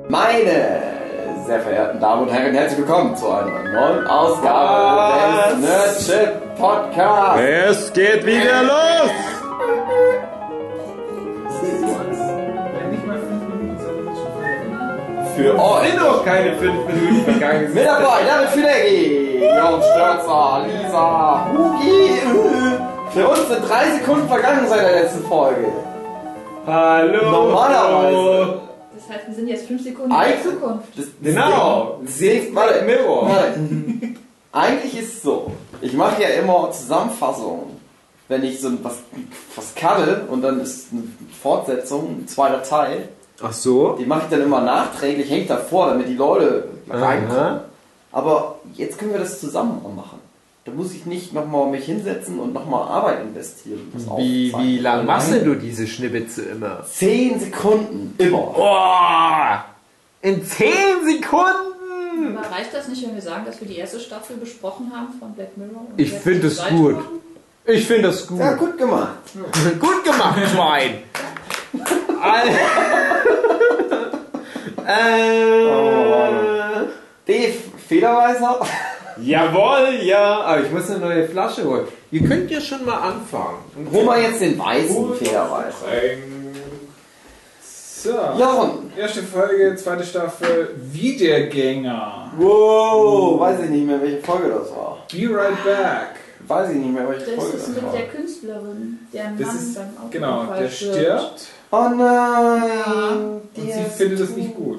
Meine sehr verehrten Damen und Herren, herzlich willkommen zu einer neuen Ausgabe des Nerdship Podcasts. Es geht wieder los! Für euch. Sind doch keine 5 Minuten vergangen. Mit dabei David Finecki, Jon Störzer, Lisa, Hugi. Für uns sind 3 Sekunden vergangen seit der letzten Folge. Hallo! Normalerweise. Das heißt, wir sind jetzt 5 Sekunden in der Zukunft. Genau! Seht Black Mirror! Eigentlich ist es so, ich mache ja immer Zusammenfassungen, wenn ich so was cutte und dann ist eine Fortsetzung, ein zweiter Teil. Ach so? Die mache ich dann immer nachträglich, hängt davor, damit die Leute reinkommen. Aber jetzt können wir das zusammen machen. Da muss ich nicht nochmal mich hinsetzen und nochmal Arbeit investieren. Wie lang machst du diese Schnipitze immer? 10 Sekunden, immer. Oh, in 10 Sekunden! Aber reicht das nicht, wenn wir sagen, dass wir die erste Staffel besprochen haben von Black Mirror? Und Ich finde es gut. Ich finde das gut. Ja, gut gemacht. Gut gemacht, Schwein! Dave Federweißer. Jawohl, ja. Aber ich muss eine neue Flasche holen. Ihr könnt ja schon mal anfangen. Hol mal jetzt den weißen Federweißer. So, Jon. erste Folge, zweite Staffel, Wiedergänger. Wow, weiß ich nicht mehr, welche Folge das war. Be right back. Weiß ich nicht mehr, welche Das Folge ist das mit war. der Künstlerin, deren Das Mann ist, beim genau, Autounfall der stirbt Oh nein! und sie findet es nicht gut.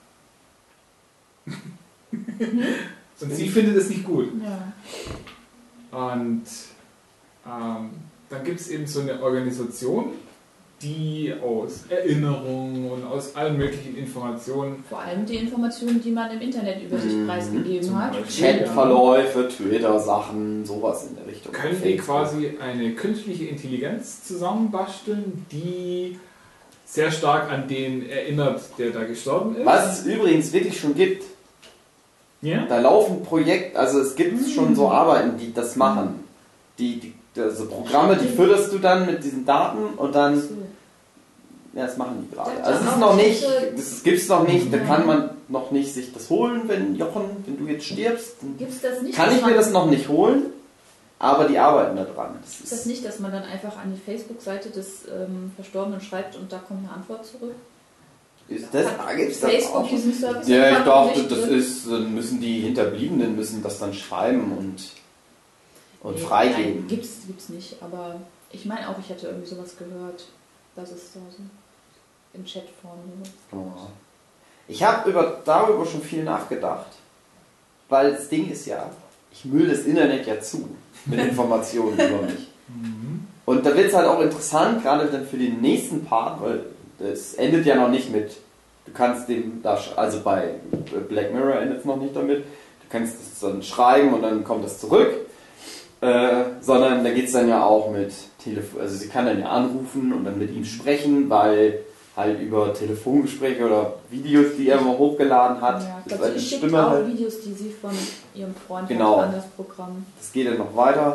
Und sie findet es nicht gut. Ja. Und dann gibt es eben so eine Organisation, die aus Erinnerungen und aus allen möglichen Informationen, Vor allem die Informationen, die man im Internet über sich preisgegeben hat. Chatverläufe, Twitter-Sachen, sowas in der Richtung. können die Facebook. quasi eine künstliche Intelligenz zusammenbasteln, die sehr stark an den erinnert, der da gestorben ist. Was es übrigens wirklich schon gibt. Ja? Da laufen Projekte, also es gibt schon so Arbeiten, die das machen. Also Programme, die fütterst du dann mit diesen Daten und dann. Ja, das machen die gerade. Also es ist noch nicht, das gibt's noch nicht, da kann man noch nicht sich das holen, wenn du jetzt stirbst, dann Gibt's das nicht? kann ich mir das noch nicht holen, aber die arbeiten da dran. Ist das nicht, dass man dann einfach an die Facebook-Seite des Verstorbenen schreibt und da kommt eine Antwort zurück? Gibt's das Facebook auch? diesen Service? Ja, ich hat dachte, nicht das drin. ist, dann müssen die Hinterbliebenen müssen das dann schreiben und Nee, freigeben. Nein, gibt's nicht, aber ich meine auch, ich hatte irgendwie sowas gehört, dass es da so im Chatform sowas. Ich habe darüber schon viel nachgedacht, weil das Ding ist ja, ich müll das Internet ja zu mit Informationen über mich. Und da wird es halt auch interessant, gerade dann für den nächsten Part, weil es endet ja noch nicht mit, du kannst dem, also bei Black Mirror endet es noch nicht damit, du kannst das dann schreiben und dann kommt das zurück, sondern da geht es dann ja auch mit Telefon, also sie kann dann ja anrufen und dann mit ihm sprechen, weil halt über Telefongespräche oder Videos, die er mal hochgeladen hat, Ja, ich ist glaube, seine sie schickt Stimme auch halt, Videos, die sie von ihrem Freund Genau. hat an das Programm. das geht dann noch weiter.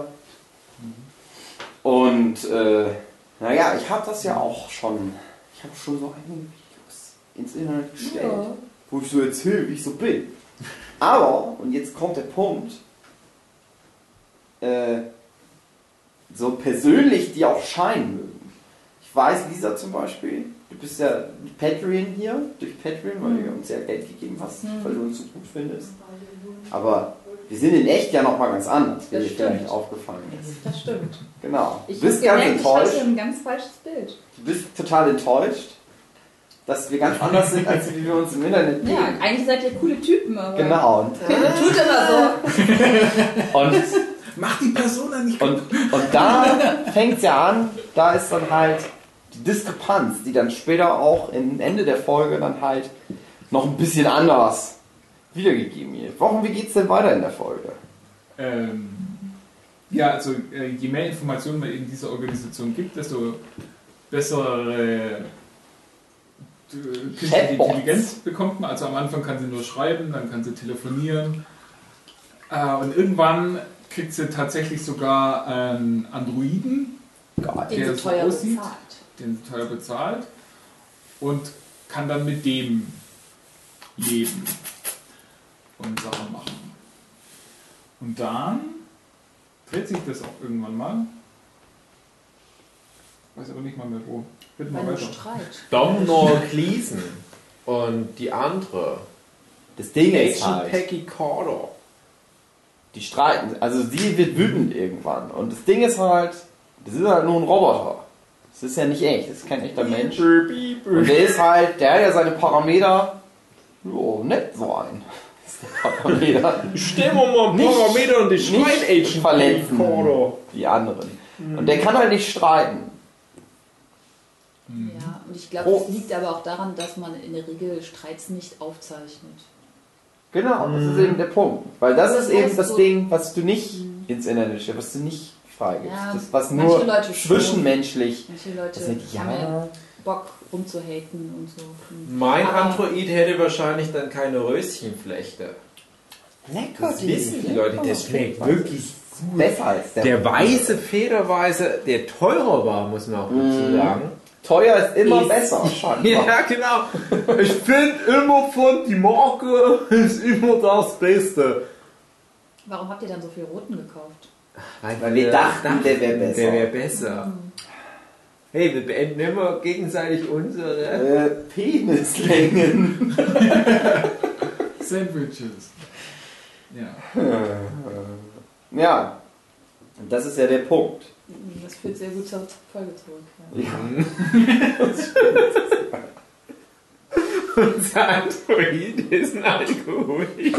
Und naja, ich habe das ja auch schon, ich habe schon so einige Videos ins Internet gestellt, Ja. wo ich so erzähle, wie ich so bin. Aber, und jetzt kommt der Punkt, so persönlich die auch scheinen mögen. Ich weiß, Lisa zum Beispiel, du bist ja Patreon hier, durch Patreon, weil du uns ja Geld gegeben hast, weil du uns so gut findest. Aber wir sind in echt ja nochmal ganz anders, wie Das dir stimmt. vielleicht aufgefallen ist. Das stimmt. Genau. Ich Du bist habe ganz gemerkt, ich enttäuscht. hatte ein ganz falsches Bild. Du bist total enttäuscht, dass wir ganz anders sind, als wie wir uns im Internet geben. Ja, eigentlich seid ihr coole Typen, aber Genau. Und, tut immer so. und, Mach die Persona nicht und da fängt es ja an, da ist dann halt die Diskrepanz, die dann später auch am Ende der Folge dann halt noch ein bisschen anders wiedergegeben wird. Wie geht's denn weiter in der Folge? Ja, also je mehr Informationen man in dieser Organisation gibt, desto bessere künstliche Chatbots. Intelligenz bekommt man. Also am Anfang kann sie nur schreiben, dann kann sie telefonieren und irgendwann kriegt sie tatsächlich sogar einen Androiden, Geil. Den der sie so teuer aussieht, bezahlt. den sie teuer bezahlt und kann dann mit dem leben und Sachen machen. Und dann dreht sich das auch irgendwann mal. Weiß aber nicht mal mehr wo. Bitte Bei mal einem weiter. Streit. Domhnall Gleeson und die andere. Das Ding ist Agent halt, Peggy Carter. die streiten, also sie wird wütend irgendwann. Und das Ding ist halt, das ist halt nur ein Roboter. Das ist ja nicht echt, das ist kein echter Mensch. Und der ist halt, der hat ja seine Parameter, jo, nett sein. Das ist der Parameter. Stellen wir mal ein Nicht- Parameter und die nicht schreit Agent Peggy verletzen. Carter. Die anderen. Und der kann halt nicht streiten. Ja, und ich glaube, das liegt aber auch daran, dass man in der Regel Streits nicht aufzeichnet. Genau, das ist eben der Punkt. Weil das Das ist eben heißt das so- Ding, was du nicht ins Internet stellst, was du nicht freigibst. Ja, das, was manche nur Leute schon. zwischenmenschlich. Manche Leute Das sind, haben ja ja, Bock rumzuhaten und so. Mein Aber- Android hätte wahrscheinlich dann keine Röschenflechte. lecker, Das wissen die Leute, das schmeckt wirklich besser als Der weiße Federweiße, der teurer war, muss man auch dazu sagen. Teuer ist immer Ist- besser, scheinbar. Ja, genau. Ich finde immer von die Marke ist immer das Beste. Warum habt ihr dann so viel Roten gekauft? Weil wir dachten, der wäre besser. Der wäre besser. Hey, wir beenden immer gegenseitig unsere. Penislängen. Sandwiches. Ja. Ja, und das ist ja der Punkt. Das führt sehr gut zur Folge zurück. Ja. Ja. Unser Android ist ein Alkoholiker.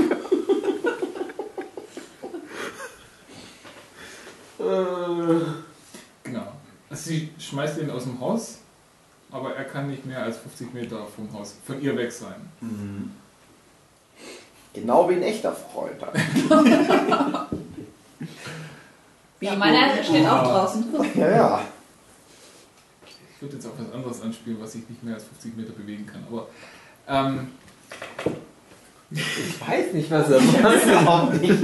Genau. Also sie schmeißt ihn aus dem Haus, aber er kann nicht mehr als 50 Meter vom Haus, von ihr weg sein. Genau wie ein echter Freund. Ja, meiner steht auch draußen. Ja, ja. Ich würde jetzt auch was anderes anspielen, was sich nicht mehr als 50 Meter bewegen kann. Aber Ich weiß nicht, was er macht. Überhaupt nicht.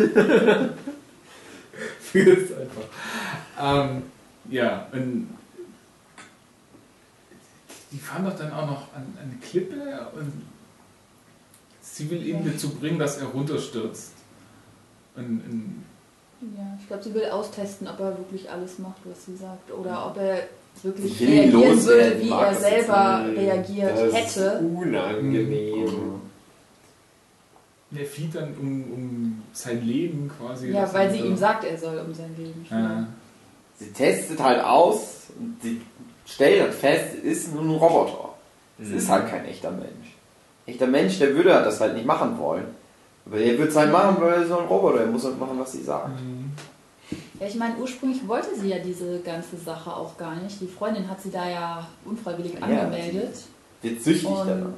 fühl's einfach. Ja, und die fahren doch dann auch noch an eine Klippe und sie will ihn dazu bringen, dass er runterstürzt. Und Ja, ich glaube, sie will austesten, ob er wirklich alles macht, was sie sagt. Oder ob er wirklich Sie will ihn reagieren loswerden, würde, wie mag er das selber jetzt. reagiert Das hätte. ist unangenehm. er flieht dann um sein Leben quasi. Ja, dass weil er sie so- ihm sagt, er soll um sein Leben spielen. Sie testet halt aus und sie stellt halt fest, es ist nur ein Roboter. Es ist halt kein echter Mensch. Echter Mensch, der würde das halt nicht machen wollen. Aber er würde es halt machen, weil er ist so ein Roboter. Er muss halt machen, was sie sagt. Ja, ich meine, ursprünglich wollte sie ja diese ganze Sache auch gar nicht. Die Freundin hat sie da ja unfreiwillig Ja, angemeldet. Wird süchtig Und danach.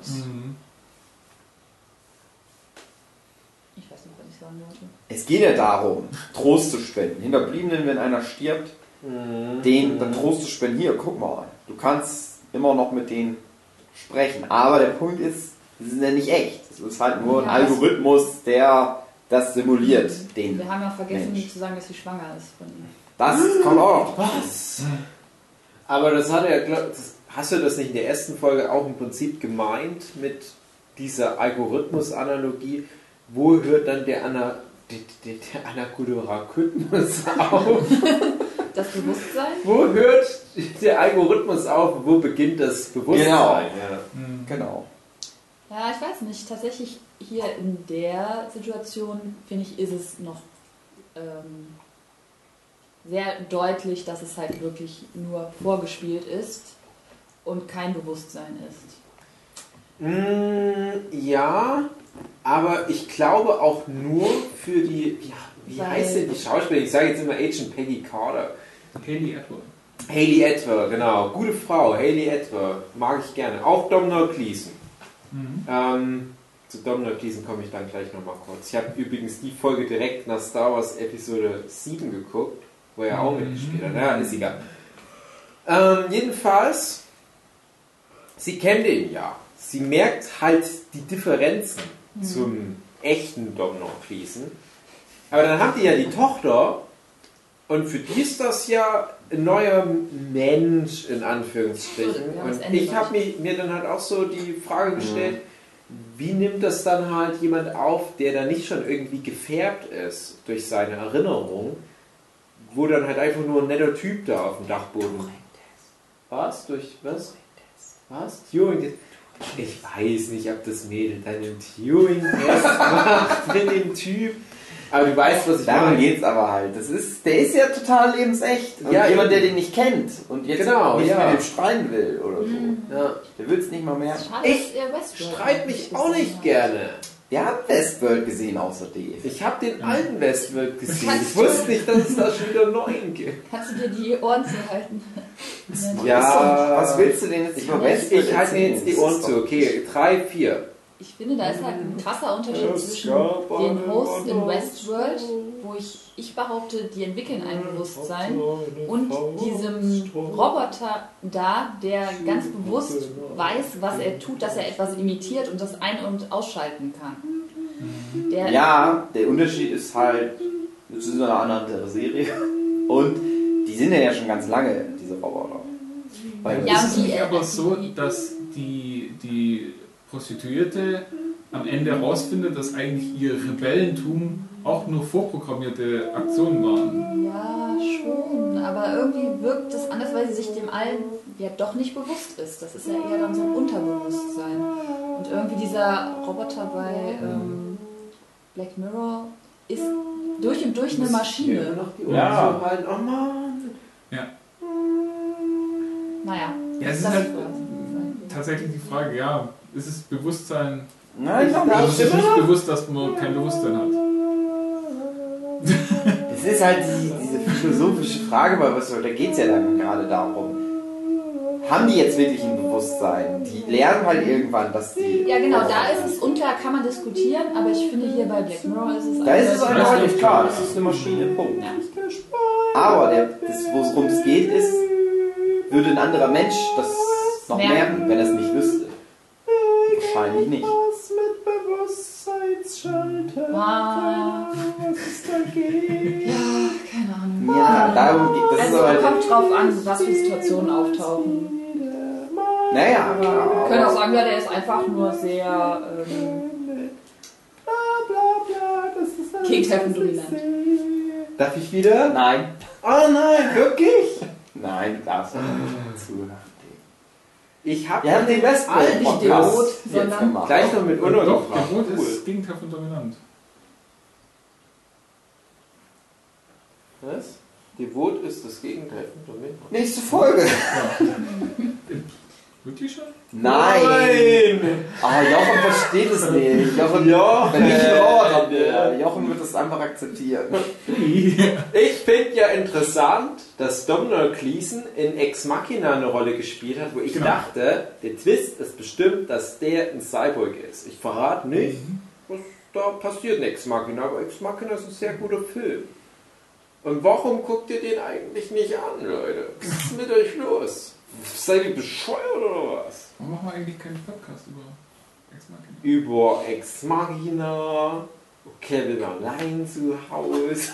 ich weiß nicht, was ich sagen wollte. Es geht ja darum, Trost zu spenden. Hinterbliebenen, wenn einer stirbt, den dann Trost zu spenden. Hier, guck mal, du kannst immer noch mit denen sprechen. Aber der Punkt ist, sie sind ja nicht echt. Es ist halt nur ein Ja, Algorithmus, der das simuliert. Den. Wir haben ja vergessen, Mensch. zu sagen, dass sie schwanger ist von ihm. Das kommt auch noch. Aber das hat er, hast du das nicht in der ersten Folge auch im Prinzip gemeint mit dieser Algorithmus-Analogie? Wo hört dann der Anakodorakhythmus auf? Das Bewusstsein? Wo hört der Algorithmus auf? Wo beginnt das Bewusstsein? Genau. Ja. Genau. Ja, ich weiß nicht. Tatsächlich hier in der Situation, finde ich, ist es noch sehr deutlich, dass es halt wirklich nur vorgespielt ist und kein Bewusstsein ist. Ja, aber ich glaube auch nur für die, wie Weil- heißt denn die Schauspielerin? Ich sage jetzt immer Agent Peggy Carter. Haley Edward. Hayley Atwell, genau. Gute Frau, Hayley Atwell. Mag ich gerne. Auch Domhnall Gleeson. Zu Domhnall Gleeson komme ich dann gleich nochmal kurz. Ich habe übrigens die Folge direkt nach Star Wars Episode 7 geguckt, wo er auch mitgespielt hat. Ja, ist egal. Jedenfalls, sie kennt ihn ja. Sie merkt halt die Differenzen zum echten Domhnall Gleeson. Aber dann haben die ja die Tochter und für die ist das ja ein neuer Mensch in Anführungsstrichen. Ja, das Und Ende ich habe gleich. mir dann halt auch so die Frage gestellt, wie nimmt das dann halt jemand auf, der da nicht schon irgendwie gefärbt ist durch seine Erinnerung, wo dann halt einfach nur ein netter Typ da auf dem Dachboden. Was? Durch was? Was? Turing. Ich weiß nicht, ob das Mädel dann einen Turing-Test macht mit dem Typ. Aber du weißt, was ich meine. Darum geht's aber halt. Der ist ja total lebensecht. Und Ja, jemand, eben. der den nicht kennt und jetzt Genau, nicht ja. mit dem streiten will oder so. Ja. Der will es nicht mal mehr. Schade, Ich dass er Westworld streit mich auch gesehen nicht hat. gerne. Der hat Westworld gesehen außer Dave. Ich habe den alten Westworld gesehen. Kannst Ich wusste nicht, dass es da schon wieder 9 gibt. Kannst du dir die Ohren zuhalten? Ja. Was willst du denn jetzt über Westworld Ich halte mir jetzt die Ohren zu. Okay, 3, 4. Ich finde, da ist halt ein krasser Unterschied zwischen den Hosts in Westworld, wo ich behaupte, die entwickeln ein Bewusstsein, und diesem Roboter da, der ganz bewusst weiß, was er tut, dass er etwas imitiert und das ein- und ausschalten kann. Ja, der Unterschied ist halt, es ist eine andere Serie. Und die sind ja schon ganz lange, diese Roboter. Weil Ja, ist es die- nicht aber so, dass die Prostituierte am Ende herausfindet, dass eigentlich ihr Rebellentum auch nur vorprogrammierte Aktionen waren? Ja, schon, aber irgendwie wirkt es anders, weil sie sich dem allen ja doch nicht bewusst ist. Das ist ja eher dann so ein Unterbewusstsein. Und irgendwie dieser Roboter bei Black Mirror ist durch und durch eine Maschine. Ja. Halt, oh Mann. Ja. Naja. Ja, es ist das halt tatsächlich die Frage, ja, ist es Bewusstsein? Nein, ich glaube Also nicht. es ist nicht bewusst, dass man kein Bewusstsein hat. Es ist halt diese philosophische Frage bei Westworld, da geht es ja dann gerade darum. Haben die jetzt wirklich ein Bewusstsein? Die lernen halt irgendwann, dass die... Ja genau, da ist es unklar, kann man diskutieren, aber ich finde hier bei Black Mirror ist es Da ist es eindeutig- eindeutig klar, das ist eine Maschine, Punkt. Aber worum es geht, ist, würde ein anderer Mensch das noch merken, wenn er es nicht wüsste? Wahrscheinlich nicht. Was mit Bewusstseinsschalter? Ah, ja, keine Ahnung. Ja, darum geht das. Also ist aber kommt drauf an, was für Situationen auftauchen. Naja, Wir können auch sagen, ja, der ist einfach nur sehr Gegenteildominant. Darf ich wieder? nein. Oh nein, wirklich? Nein, du darfst nicht zuhören. Ich habe Wir haben den Nicht Westworld den Rot, jetzt sondern gemacht. gleich noch mit Uno Doch, gefragt. der Rot Cool. ist Gegenteil von dominant. Was? Devot ist das Gegenteil von Dominant. Nächste Folge. Wirklich schon? Nein! Ah, Jochen versteht es nicht. Jochen, wenn ich ein Roboter wäre, Jochen wird das einfach akzeptieren. Ich finde ja interessant, dass Domhnall Gleeson in Ex Machina eine Rolle gespielt hat, wo ich Genau. dachte, der Twist ist bestimmt, dass der ein Cyborg ist. Ich verrate nicht, was da passiert in Ex Machina, aber Ex Machina ist ein sehr guter Film. Und warum guckt ihr den eigentlich nicht an, Leute? Was ist mit euch los? Seid ihr bescheuert oder was? Warum machen wir eigentlich keinen Podcast über Ex Machina? Über Ex Machina, Kevin allein zu Hause.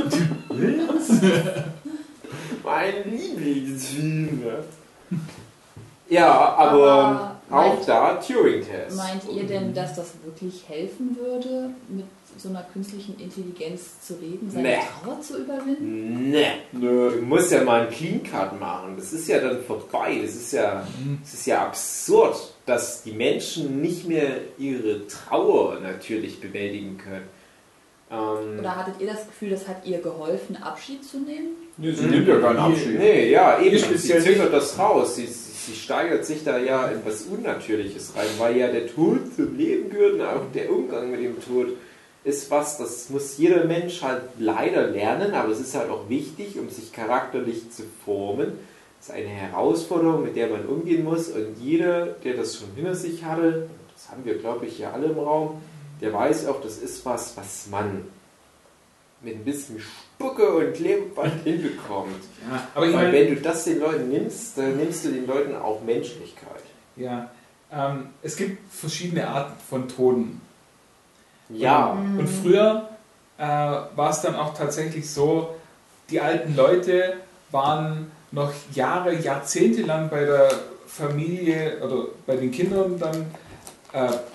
Mein Lieblingsfilm. Ja, aber auch da Turing-Test. Meint ihr denn, dass das wirklich helfen würde, mit so einer künstlichen Intelligenz zu reden, seine Nee. Trauer zu überwinden? Ne, du musst ja mal einen Clean Cut machen. Das ist ja dann vorbei. Das ist ja absurd, dass die Menschen nicht mehr ihre Trauer natürlich bewältigen können. Oder hattet ihr das Gefühl, das hat ihr geholfen, Abschied zu nehmen? Nee, sie nimmt ja keinen Abschied. Nee, ja, eben. Ihr Sie speziell zögert das raus. Sie steigert sich da ja in was Unnatürliches rein, weil ja der Tod zum Leben gehört und auch der Umgang mit dem Tod ist was, das muss jeder Mensch halt leider lernen, aber es ist halt auch wichtig, um sich charakterlich zu formen. Das ist eine Herausforderung, mit der man umgehen muss, und jeder, der das schon hinter sich hatte, das haben wir, glaube ich, ja alle im Raum, der weiß auch, das ist was man mit ein bisschen Spucke und Klebeband hinbekommt. Ja, aber ich Weil meine, wenn du das den Leuten nimmst, dann nimmst du den Leuten auch Menschlichkeit. ja, es gibt verschiedene Arten von Toten. Ja. Und früher war es dann auch tatsächlich so, die alten Leute waren noch Jahre, Jahrzehnte lang bei der Familie oder bei den Kindern dann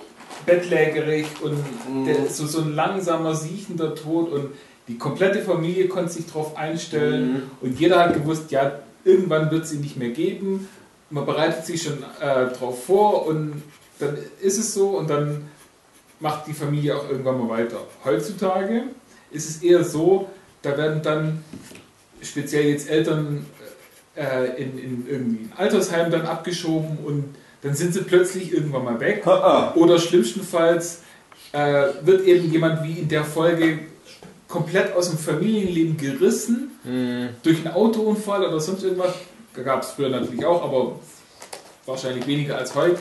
bettlägerig und so ein langsamer, siechender Tod und die komplette Familie konnte sich darauf einstellen und jeder hat gewusst, ja, irgendwann wird es ihn nicht mehr geben. Man bereitet sich schon darauf vor und dann ist es so und dann macht die Familie auch irgendwann mal weiter. Heutzutage ist es eher so, da werden dann speziell jetzt Eltern in irgendwie ein Altersheim dann abgeschoben und dann sind sie plötzlich irgendwann mal weg. Oder schlimmstenfalls wird eben jemand wie in der Folge komplett aus dem Familienleben gerissen durch einen Autounfall oder sonst irgendwas. Da gab es früher natürlich auch, aber wahrscheinlich weniger als heute.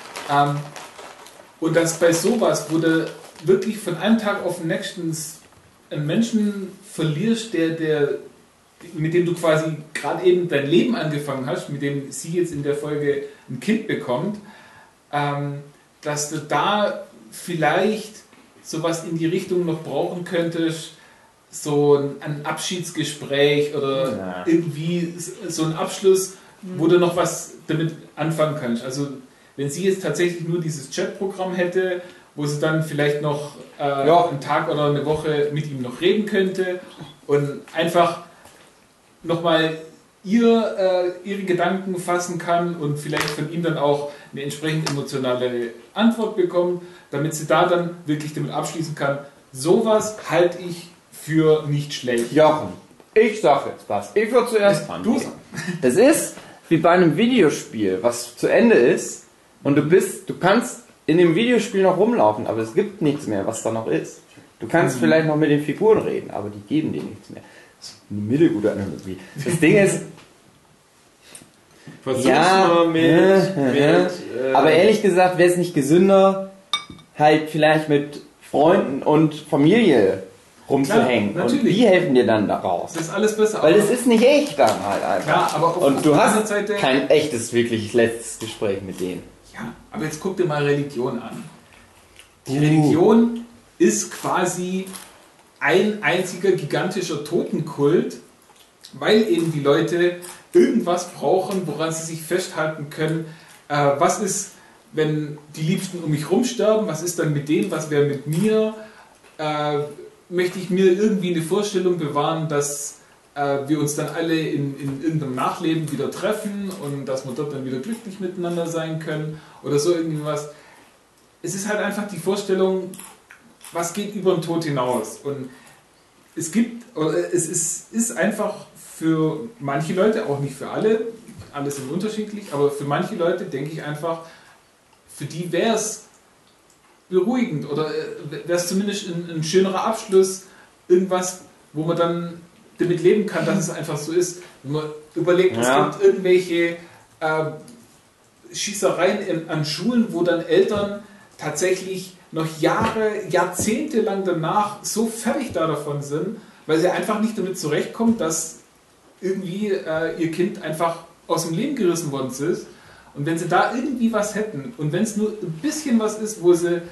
Und dass bei sowas, wo du wirklich von einem Tag auf den nächsten einen Menschen verlierst, mit dem du quasi gerade eben dein Leben angefangen hast, mit dem sie jetzt in der Folge ein Kind bekommt, dass du da vielleicht sowas in die Richtung noch brauchen könntest, so ein Abschiedsgespräch oder irgendwie so ein Abschluss, wo du noch was damit anfangen kannst. Also wenn sie jetzt tatsächlich nur dieses Chatprogramm hätte, wo sie dann vielleicht noch einen Tag oder eine Woche mit ihm noch reden könnte und einfach nochmal ihre Gedanken fassen kann und vielleicht von ihm dann auch eine entsprechend emotionale Antwort bekommt, damit sie da dann wirklich damit abschließen kann. Sowas halte ich für nicht schlecht. Jochen, ich sag jetzt was. Ich würde zuerst rangehen. Das ist wie bei einem Videospiel, was zu Ende ist und du kannst in dem Videospiel noch rumlaufen, aber es gibt nichts mehr, was da noch ist. Du kannst vielleicht noch mit den Figuren reden, aber die geben dir nichts mehr. Das ist eine mittelgute Analogie. Das Ding ist, aber ehrlich gesagt wäre es nicht gesünder, halt vielleicht mit Freunden und Familie rumzuhängen. Klar, und die helfen dir dann daraus. Das ist alles besser. Weil es ist nicht echt dann halt einfach. Klar, aber und du hast kein echtes, wirklich letztes Gespräch mit denen. Ja, aber jetzt guck dir mal Religion an. Die Religion ist quasi ein einziger gigantischer Totenkult, weil eben die Leute irgendwas brauchen, woran sie sich festhalten können. Was ist, wenn die Liebsten um mich rumsterben? Was ist dann mit denen? Was wäre mit mir? Möchte ich mir irgendwie eine Vorstellung bewahren, dass wir uns dann alle in irgendeinem Nachleben wieder treffen und dass wir dort dann wieder glücklich miteinander sein können oder so irgendwas. Es ist halt einfach die Vorstellung, was geht über den Tod hinaus. Und es ist einfach für manche Leute, auch nicht für alle sind unterschiedlich, aber für manche Leute denke ich einfach, für die wäre es beruhigend oder wäre es zumindest ein schönerer Abschluss, irgendwas, wo man dann damit leben kann, dass es einfach so ist. Wenn man überlegt, es gibt irgendwelche Schießereien an Schulen, wo dann Eltern tatsächlich noch Jahrzehnte lang danach so fertig davon sind, weil sie einfach nicht damit zurechtkommen, dass irgendwie ihr Kind einfach aus dem Leben gerissen worden ist. Und wenn sie da irgendwie was hätten und wenn es nur ein bisschen was ist, wo sie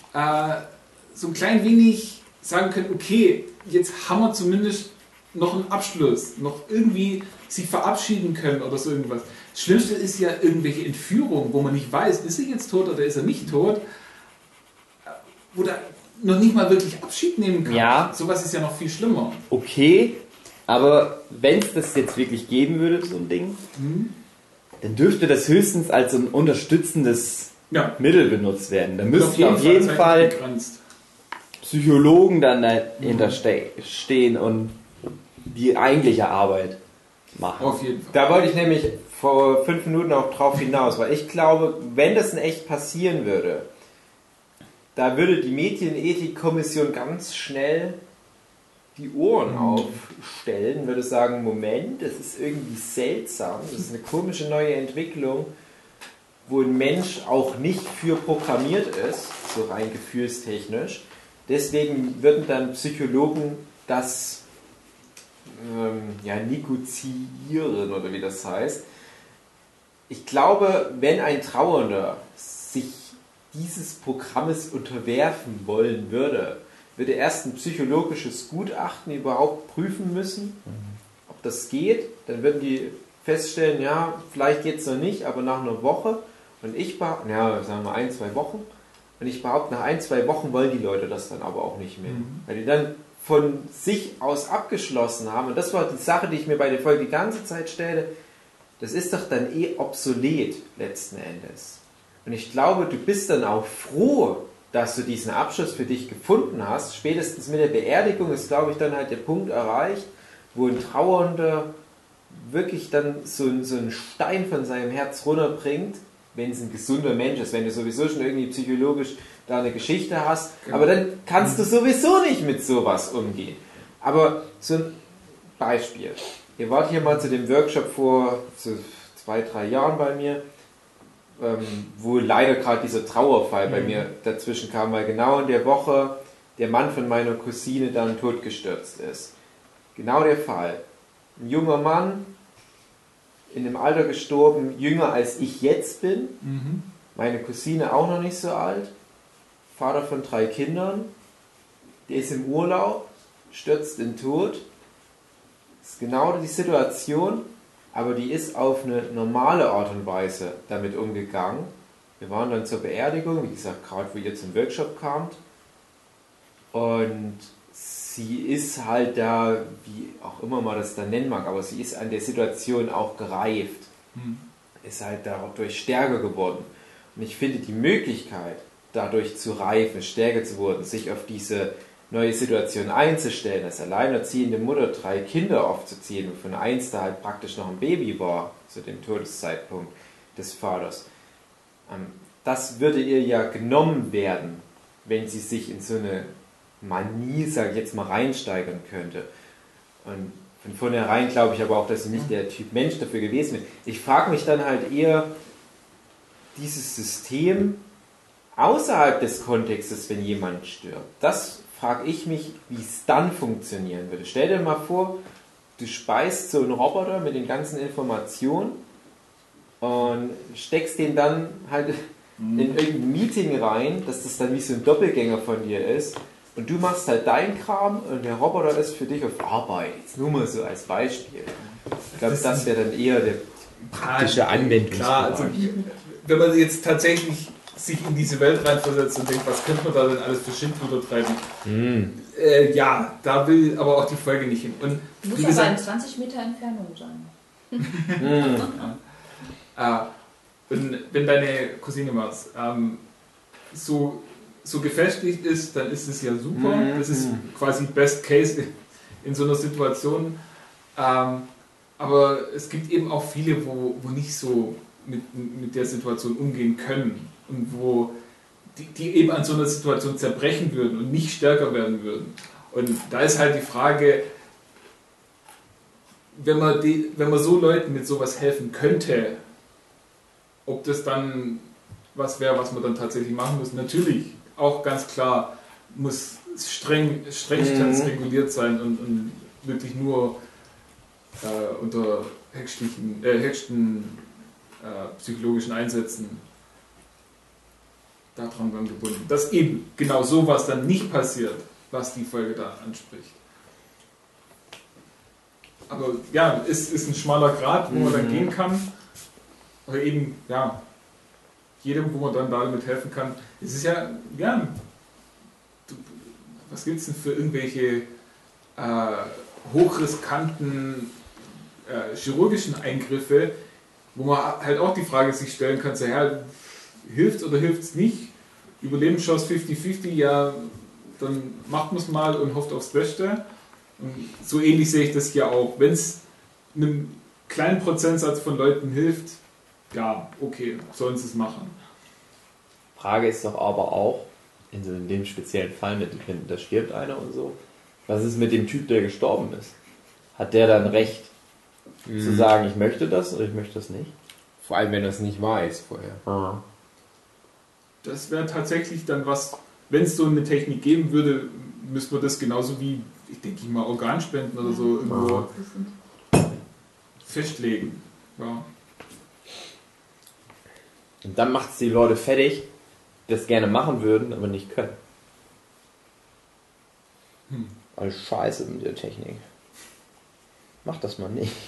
so ein klein wenig sagen können, okay, jetzt haben wir zumindest noch einen Abschluss, noch irgendwie sich verabschieden können oder so irgendwas. Das Schlimmste ist ja irgendwelche Entführungen, wo man nicht weiß, ist er jetzt tot oder ist er nicht tot, wo da noch nicht mal wirklich Abschied nehmen kann. Ja. Sowas ist ja noch viel schlimmer. Okay, aber wenn es das jetzt wirklich geben würde, so ein Ding, dann dürfte das höchstens als ein unterstützendes Mittel benutzt werden. Da müssten auf jeden Fall Psychologen dann dahinter stehen und die eigentliche Arbeit machen. Auf jeden Fall. Da wollte ich nämlich vor 5 Minuten auch drauf hinaus, weil ich glaube, wenn das in echt passieren würde, da würde die Medienethikkommission ganz schnell die Ohren aufstellen, würde sagen, Moment, das ist irgendwie seltsam, das ist eine komische neue Entwicklung, wo ein Mensch auch nicht für programmiert ist, so rein gefühlstechnisch. Deswegen würden dann Psychologen das negoziieren oder wie das heißt. Ich glaube, wenn ein Trauernder sich dieses Programmes unterwerfen wollen würde, würde erst ein psychologisches Gutachten überhaupt prüfen müssen, ob das geht. Dann würden die feststellen, ja, vielleicht geht es noch nicht, aber nach einer Woche. Und sagen wir 1-2 Wochen. Und ich behaupte, nach 1-2 Wochen wollen die Leute das dann aber auch nicht mehr. Weil die dann von sich aus abgeschlossen haben. Und das war die Sache, die ich mir bei der Folge die ganze Zeit stellte. Das ist doch dann obsolet letzten Endes. Und ich glaube, du bist dann auch froh, dass du diesen Abschluss für dich gefunden hast. Spätestens mit der Beerdigung ist, glaube ich, dann halt der Punkt erreicht, wo ein Trauernder wirklich dann so einen Stein von seinem Herz runterbringt, wenn es ein gesunder Mensch ist, wenn du sowieso schon irgendwie psychologisch da eine Geschichte hast, genau. Aber dann kannst du sowieso nicht mit sowas umgehen. Aber so ein Beispiel. Ihr wart hier mal zu dem Workshop vor so 2-3 Jahren bei mir, wo leider gerade dieser Trauerfall bei mir dazwischen kam, weil genau in der Woche der Mann von meiner Cousine dann totgestürzt ist. Genau der Fall. Ein junger Mann, in dem Alter gestorben, jünger als ich jetzt bin. Meine Cousine auch noch nicht so alt. Vater von 3 Kindern. Der ist im Urlaub, stürzt in den Tod. Das ist genau die Situation, aber die ist auf eine normale Art und Weise damit umgegangen. Wir waren dann zur Beerdigung, wie gesagt, gerade wo ihr zum Workshop kamt. Und sie ist halt da, wie auch immer man das dann nennen mag, aber sie ist an der Situation auch gereift. Ist halt dadurch stärker geworden. Und ich finde die Möglichkeit, dadurch zu reifen, stärker zu werden, sich auf diese neue Situation einzustellen, als alleinerziehende Mutter 3 Kinder aufzuziehen, wovon eins da halt praktisch noch ein Baby war, zu dem Todeszeitpunkt des Vaters. Das würde ihr ja genommen werden, wenn sie sich in so eine Manie, sage ich jetzt mal, reinsteigern könnte. Und von vornherein glaube ich aber auch, dass sie nicht der Typ Mensch dafür gewesen wäre. Ich frage mich dann halt eher, dieses System außerhalb des Kontextes, wenn jemand stirbt, das frage ich mich, wie es dann funktionieren würde. Stell dir mal vor, du speist so einen Roboter mit den ganzen Informationen und steckst den dann halt in irgendein Meeting rein, dass das dann wie so ein Doppelgänger von dir ist und du machst halt deinen Kram und der Roboter ist für dich auf Arbeit. Jetzt nur mal so als Beispiel. Ich glaube, das wäre dann eher der praktische Anwendungsbereich. Klar, also wenn man jetzt tatsächlich sich in diese Welt reinversetzt und denkt, was könnte man da denn alles für Schindluder treiben? Ja, da will aber auch die Folge nicht hin. Und muss aber in 20 Meter Entfernung sein. Und wenn deine Cousine was so gefestigt ist, dann ist es ja super. Das ist quasi Best Case in so einer Situation. Aber es gibt eben auch viele, wo nicht so mit der Situation umgehen können. Und wo die eben an so einer Situation zerbrechen würden und nicht stärker werden würden. Und da ist halt die Frage, wenn man so Leuten mit sowas helfen könnte, ob das dann was wäre, was man dann tatsächlich machen muss. Natürlich, auch ganz klar, muss strengstens reguliert sein und wirklich nur unter höchsten psychologischen Einsätzen daran dann gebunden. Dass eben genau sowas dann nicht passiert, was die Folge da anspricht. Aber ja, es ist ein schmaler Grat, wo man dann gehen kann. Aber eben, ja, jedem, wo man dann damit helfen kann. Es ist ja, was gibt es denn für irgendwelche hochriskanten chirurgischen Eingriffe, wo man halt auch die Frage sich stellen kann, so, ja, hilft es oder hilft es nicht? Überlebenschance 50-50, ja, dann macht man es mal und hofft aufs Beste. Und so ähnlich sehe ich das hier auch. Wenn es einem kleinen Prozentsatz von Leuten hilft, ja, okay, sollen sie es machen. Frage ist doch aber auch, in dem speziellen Fall, wenn da stirbt einer und so, was ist mit dem Typ, der gestorben ist? Hat der dann Recht zu sagen, ich möchte das oder ich möchte das nicht? Vor allem, wenn er es nicht weiß vorher. Das wäre tatsächlich dann was, wenn es so eine Technik geben würde, müsste man das genauso wie, ich denke mal, Organspenden oder so irgendwo festlegen. Ja. Und dann macht es die Leute fertig, die das gerne machen würden, aber nicht können. Alles Scheiße mit der Technik. Mach das mal nicht.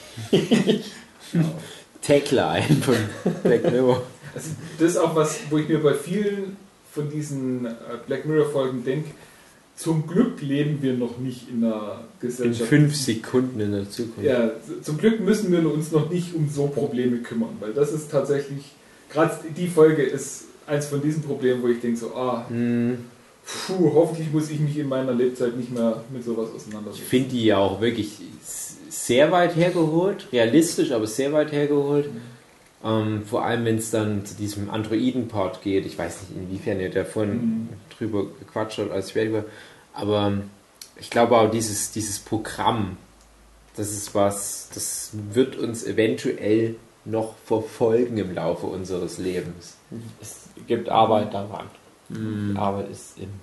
Tagline von Black Mirror. Also das ist auch was, wo ich mir bei vielen von diesen Black Mirror-Folgen denke, zum Glück leben wir noch nicht in einer In Gesellschaft. 5 Sekunden in der Zukunft. Ja, zum Glück müssen wir uns noch nicht um so Probleme kümmern, weil das ist tatsächlich, gerade die Folge ist eins von diesen Problemen, wo ich denke so, hoffentlich muss ich mich in meiner Lebzeit nicht mehr mit sowas Ich auseinandersetzen. finde die ja auch wirklich sehr weit hergeholt, realistisch, aber sehr weit hergeholt. Vor allem, wenn es dann zu diesem Androiden-Part geht. Ich weiß nicht, inwiefern ihr davon drüber gequatscht habt, als ich fertig war. Aber ich glaube auch, dieses Programm, das ist was, das wird uns eventuell noch verfolgen im Laufe unseres Lebens. Es gibt Arbeit daran. Die Arbeit ist im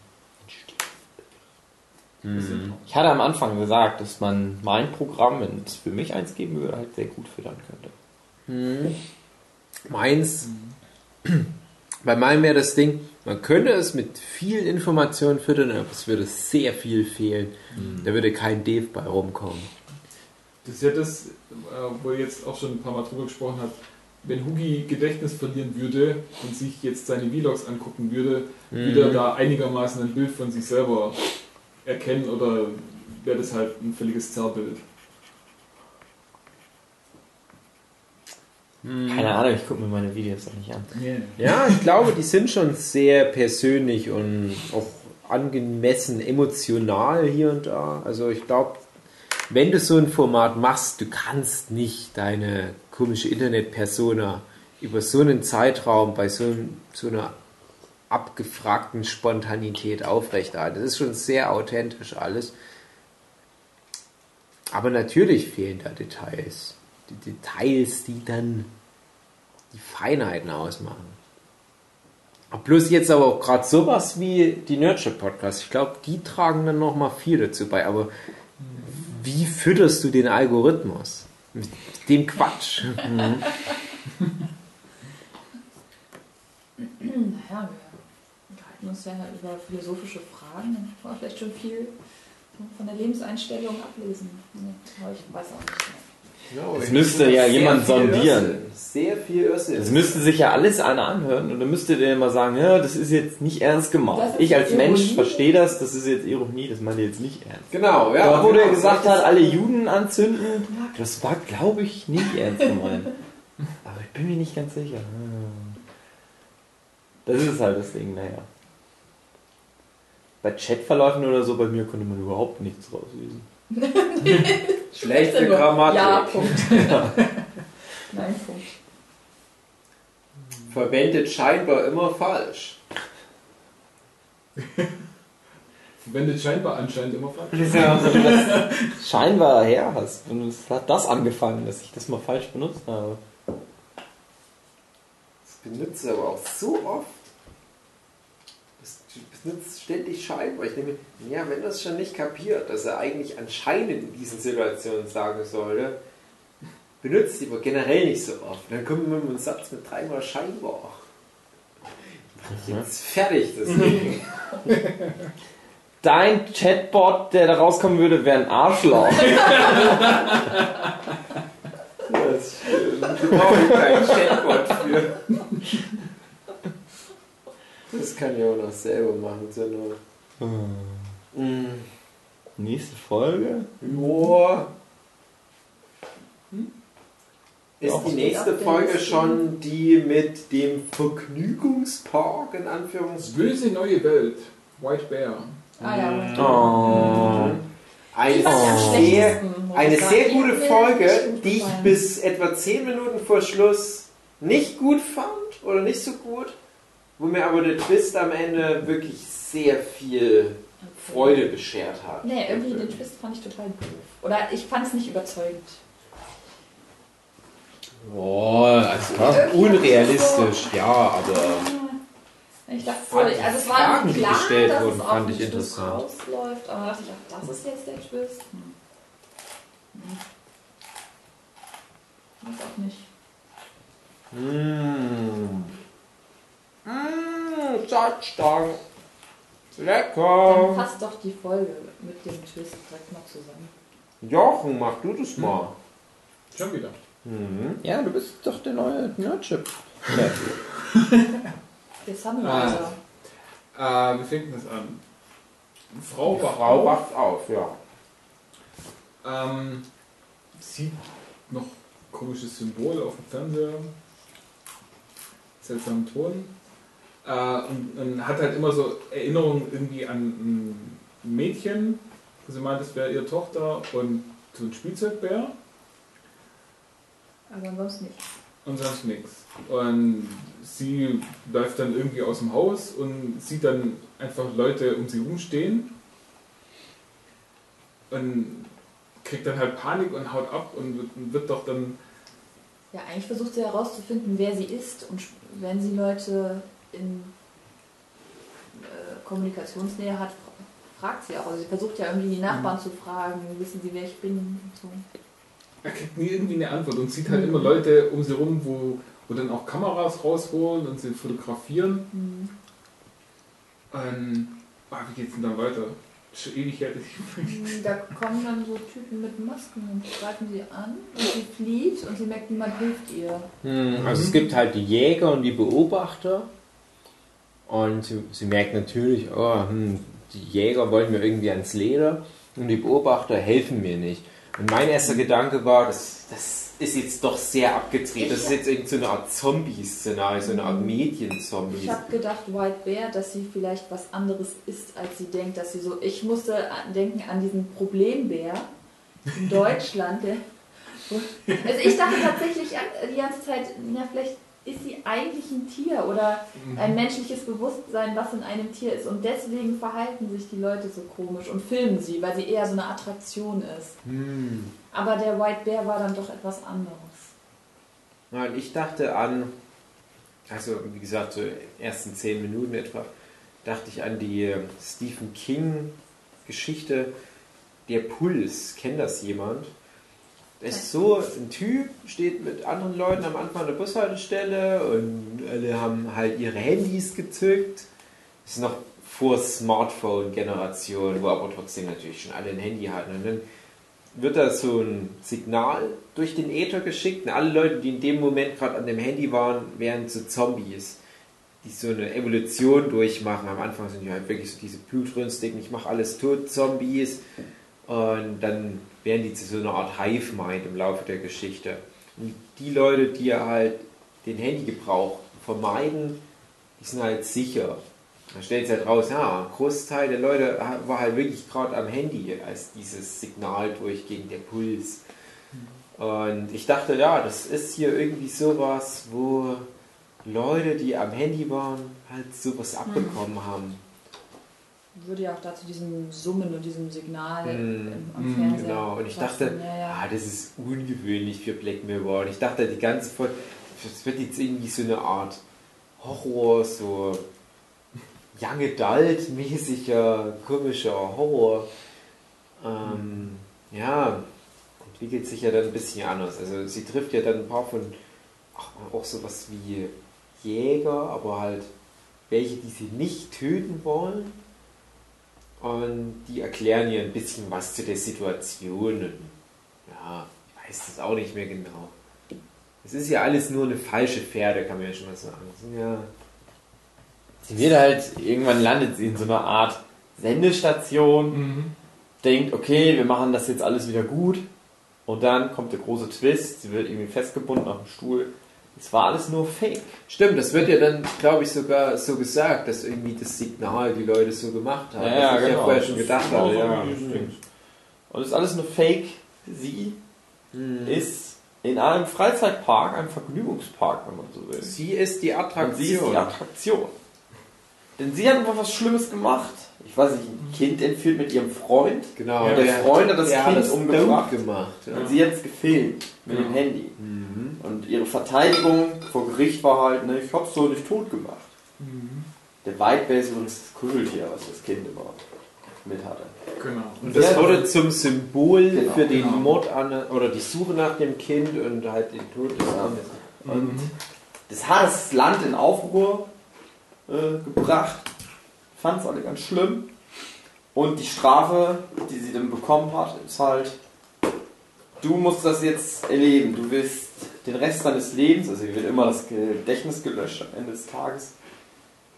Entstehen. Ich hatte am Anfang gesagt, dass man mein Programm, wenn es für mich eins geben würde, halt sehr gut füttern könnte. Meins, bei meinem wäre das Ding, man könnte es mit vielen Informationen füttern, aber es würde sehr viel fehlen. Da würde kein Dave bei rumkommen. Das ist ja das, wo ihr jetzt auch schon ein paar Mal drüber gesprochen habt, wenn Hugi Gedächtnis verlieren würde und sich jetzt seine Vlogs angucken würde, wieder da einigermaßen ein Bild von sich selber erkennen oder wäre das halt ein völliges Zerrbild? Keine Ahnung, ich gucke mir meine Videos auch nicht an. Ja, ich glaube, die sind schon sehr persönlich und auch angemessen emotional hier und da. Also ich glaube, wenn du so ein Format machst, du kannst nicht deine komische Internet-Persona über so einen Zeitraum bei so einer abgefragten Spontanität aufrechterhalten. Das ist schon sehr authentisch alles. Aber natürlich fehlen da Details. Die Details, die dann die Feinheiten ausmachen. Plus jetzt aber auch gerade sowas wie die Nerdship-Podcasts. Ich glaube, die tragen dann nochmal viel dazu bei. Aber wie fütterst du den Algorithmus? Mit dem Quatsch. Naja, wir unterhalten uns ja über philosophische Fragen, dann kann man vielleicht schon viel von der Lebenseinstellung ablesen. Aber ich weiß auch nicht mehr. Es müsste ja jemand sondieren. Sehr viel Irrsinn. Es müsste sich ja alles einer anhören und dann müsste der immer sagen, ja, das ist jetzt nicht ernst gemeint. Ich als Mensch verstehe das ist jetzt Ironie, das meine ich jetzt nicht ernst. Genau, ja. Aber wo der gesagt hat, alle Juden anzünden, das war, glaube ich, nicht ernst gemeint. Aber ich bin mir nicht ganz sicher. Das ist halt das Ding, naja. Bei Chatverläufen oder so, bei mir konnte man überhaupt nichts rauslesen. Schlechte Grammatik. Ja, Punkt. Nein, Punkt. Verwendet scheinbar immer falsch. Verwendet scheinbar anscheinend immer falsch. Das ist ja auch so, du das scheinbar her hast. Und es hat das angefangen, dass ich das mal falsch benutzt habe. Das benutzt du aber auch so oft. Das benutzt ständig scheinbar. Ich denke mir, ja, wenn das schon nicht kapiert, dass er eigentlich anscheinend in diesen Situationen sagen sollte, benutzt die aber generell nicht so oft. Dann kommen wir mit einem Satz mit 3-mal scheinbar. Jetzt fertig, das Ding. Dein Chatbot, der da rauskommen würde, wäre ein Arschloch. Das stimmt. Da brauche ich keinen Chatbot für. Das kann ich auch noch selber machen zur Not. Nächste Folge? Joa. Ist Doch, die nächste Folge schon die mit dem Vergnügungspark in Anführungszeichen? Böse neue Welt. White Bear. Ah ja. Oh. Eine sehr gute Folge, die ich bis etwa 10 Minuten vor Schluss nicht gut fand oder nicht so gut, wo mir aber der Twist am Ende wirklich sehr viel Freude beschert hat. Nee, irgendwie den Twist fand ich total doof. Oder ich fand es nicht überzeugend. Oh, also unrealistisch, ja, aber Ich dachte so, also es war Fragen, die klar, gestellt dass wurden, es fand auf ich den Schluss interessant. rausläuft, aber dachte ich, ach, das ist jetzt der Twist. Weiß auch nicht. Touchdown. Dann Lecker. passt doch die Folge mit dem Twist direkt mal zusammen. Jochen, mach du das mal. Schon wieder. Ja, du bist doch der neue Nerdship. Der Sunriser. Wie fängt das an? Frau wacht auf, ja. Sieht noch komisches Symbol auf dem Fernseher. Seltsamen Ton. Und hat halt immer so Erinnerungen irgendwie an ein Mädchen. Sie meint, das wäre ihre Tochter und so ein Spielzeugbär. Aber sonst nichts. Und sonst nichts. Und sie läuft dann irgendwie aus dem Haus und sieht dann einfach Leute um sie rumstehen. Und kriegt dann halt Panik und haut ab und wird doch dann... Ja, eigentlich versucht sie herauszufinden, wer sie ist. Und wenn sie Leute in Kommunikationsnähe hat, fragt sie auch. Also sie versucht ja irgendwie die Nachbarn zu fragen, wissen sie, wer ich bin und so. Er kriegt nie irgendwie eine Antwort und sieht halt immer Leute um sie rum, wo dann auch Kameras rausholen und sie fotografieren. Wie geht's denn dann weiter? Schon ewig her. Da kommen dann so Typen mit Masken und greifen sie an und sie flieht und sie merkt, niemand hilft ihr. Also es gibt halt die Jäger und die Beobachter und sie merkt natürlich, die Jäger wollen mir irgendwie ans Leder und die Beobachter helfen mir nicht. Und mein erster Gedanke war, das ist jetzt doch sehr abgedreht. Das ist jetzt irgendwie so eine Art Zombie-Szenario, so eine Art Medien-Zombie. Ich habe gedacht, White Bear, dass sie vielleicht was anderes ist, als sie denkt, dass sie so... Ich musste denken an diesen Problembär in Deutschland. Also ich dachte tatsächlich die ganze Zeit, vielleicht ist sie eigentlich ein Tier oder ein menschliches Bewusstsein, was in einem Tier ist. Und deswegen verhalten sich die Leute so komisch und filmen sie, weil sie eher so eine Attraktion ist. Aber der White Bear war dann doch etwas anderes. Ja, und ich dachte an, also wie gesagt, so ersten 10 Minuten etwa, dachte ich an die Stephen King Geschichte Der Puls. Kennt das jemand? Das ist so, ein Typ steht mit anderen Leuten am Anfang der Bushaltestelle und alle haben halt ihre Handys gezückt. Das ist noch vor Smartphone-Generation, wo aber trotzdem natürlich schon alle ein Handy hatten. Und dann wird da so ein Signal durch den Äther geschickt und alle Leute, die in dem Moment gerade an dem Handy waren, wären so Zombies, die so eine Evolution durchmachen. Am Anfang sind die halt wirklich so diese blutrünstigen, ich mache alles tot, Zombies. Und dann werden die zu so einer Art Hive-Mind im Laufe der Geschichte. Und die Leute, die halt den Handygebrauch vermeiden, die sind halt sicher. Dann stellt sich halt raus, ja, ein Großteil der Leute war halt wirklich gerade am Handy, als dieses Signal durchging, der Puls. Und ich dachte, ja, das ist hier irgendwie sowas, wo Leute, die am Handy waren, halt sowas abbekommen haben. Würde ja auch dazu diesem Summen und diesem Signal am Fernseher. Genau, und ich dachte, das ist ungewöhnlich für Black Mirror. Und ich dachte die ganze Folge, das wird jetzt irgendwie so eine Art Horror, so Young Adult-mäßiger, komischer Horror. Entwickelt sich ja dann ein bisschen anders. Also sie trifft ja dann ein paar von, auch sowas wie Jäger, aber halt welche, die sie nicht töten wollen. Und die erklären ihr ein bisschen was zu der Situation. Und ja, ich weiß das auch nicht mehr genau. Es ist ja alles nur eine falsche Pferde, kann man ja schon mal sagen. Ja. Sie wird halt, irgendwann landet sie in so einer Art Sendestation, denkt, okay, wir machen das jetzt alles wieder gut. Und dann kommt der große Twist, sie wird irgendwie festgebunden auf dem Stuhl. Es war alles nur Fake. Stimmt, das wird ja dann, glaube ich, sogar so gesagt, dass irgendwie das Signal die Leute so gemacht haben. Ja, was ich genau. ja vorher schon gedacht habe. Ja. Und es ist alles nur Fake. Sie ist in einem Freizeitpark, einem Vergnügungspark, wenn man so will. Sie ist die Attraktion. Und sie ist die Attraktion. Denn sie hat einfach was Schlimmes gemacht. Ich weiß nicht, ein Kind entführt mit ihrem Freund. Genau. Und der Freund hat das Kind umgebracht. Gemacht. Ja. Und sie hat es gefilmt mit dem Handy. Und ihre Verteidigung vor Gericht war halt, ne, ich hab's so nicht tot gemacht. Der White Bear ist übrigens das Kuscheltier, was das Kind immer mit hatte. Genau. Und das wurde zum Symbol für den genau. Mord an, oder die Suche nach dem Kind und halt den Tod des Kindes. Und das hat das Land in Aufruhr gebracht. Fand es alle ganz schlimm. Und die Strafe, die sie dann bekommen hat, ist halt, du musst das jetzt erleben. Du wirst den Rest deines Lebens, also hier wird immer das Gedächtnis gelöscht am Ende des Tages.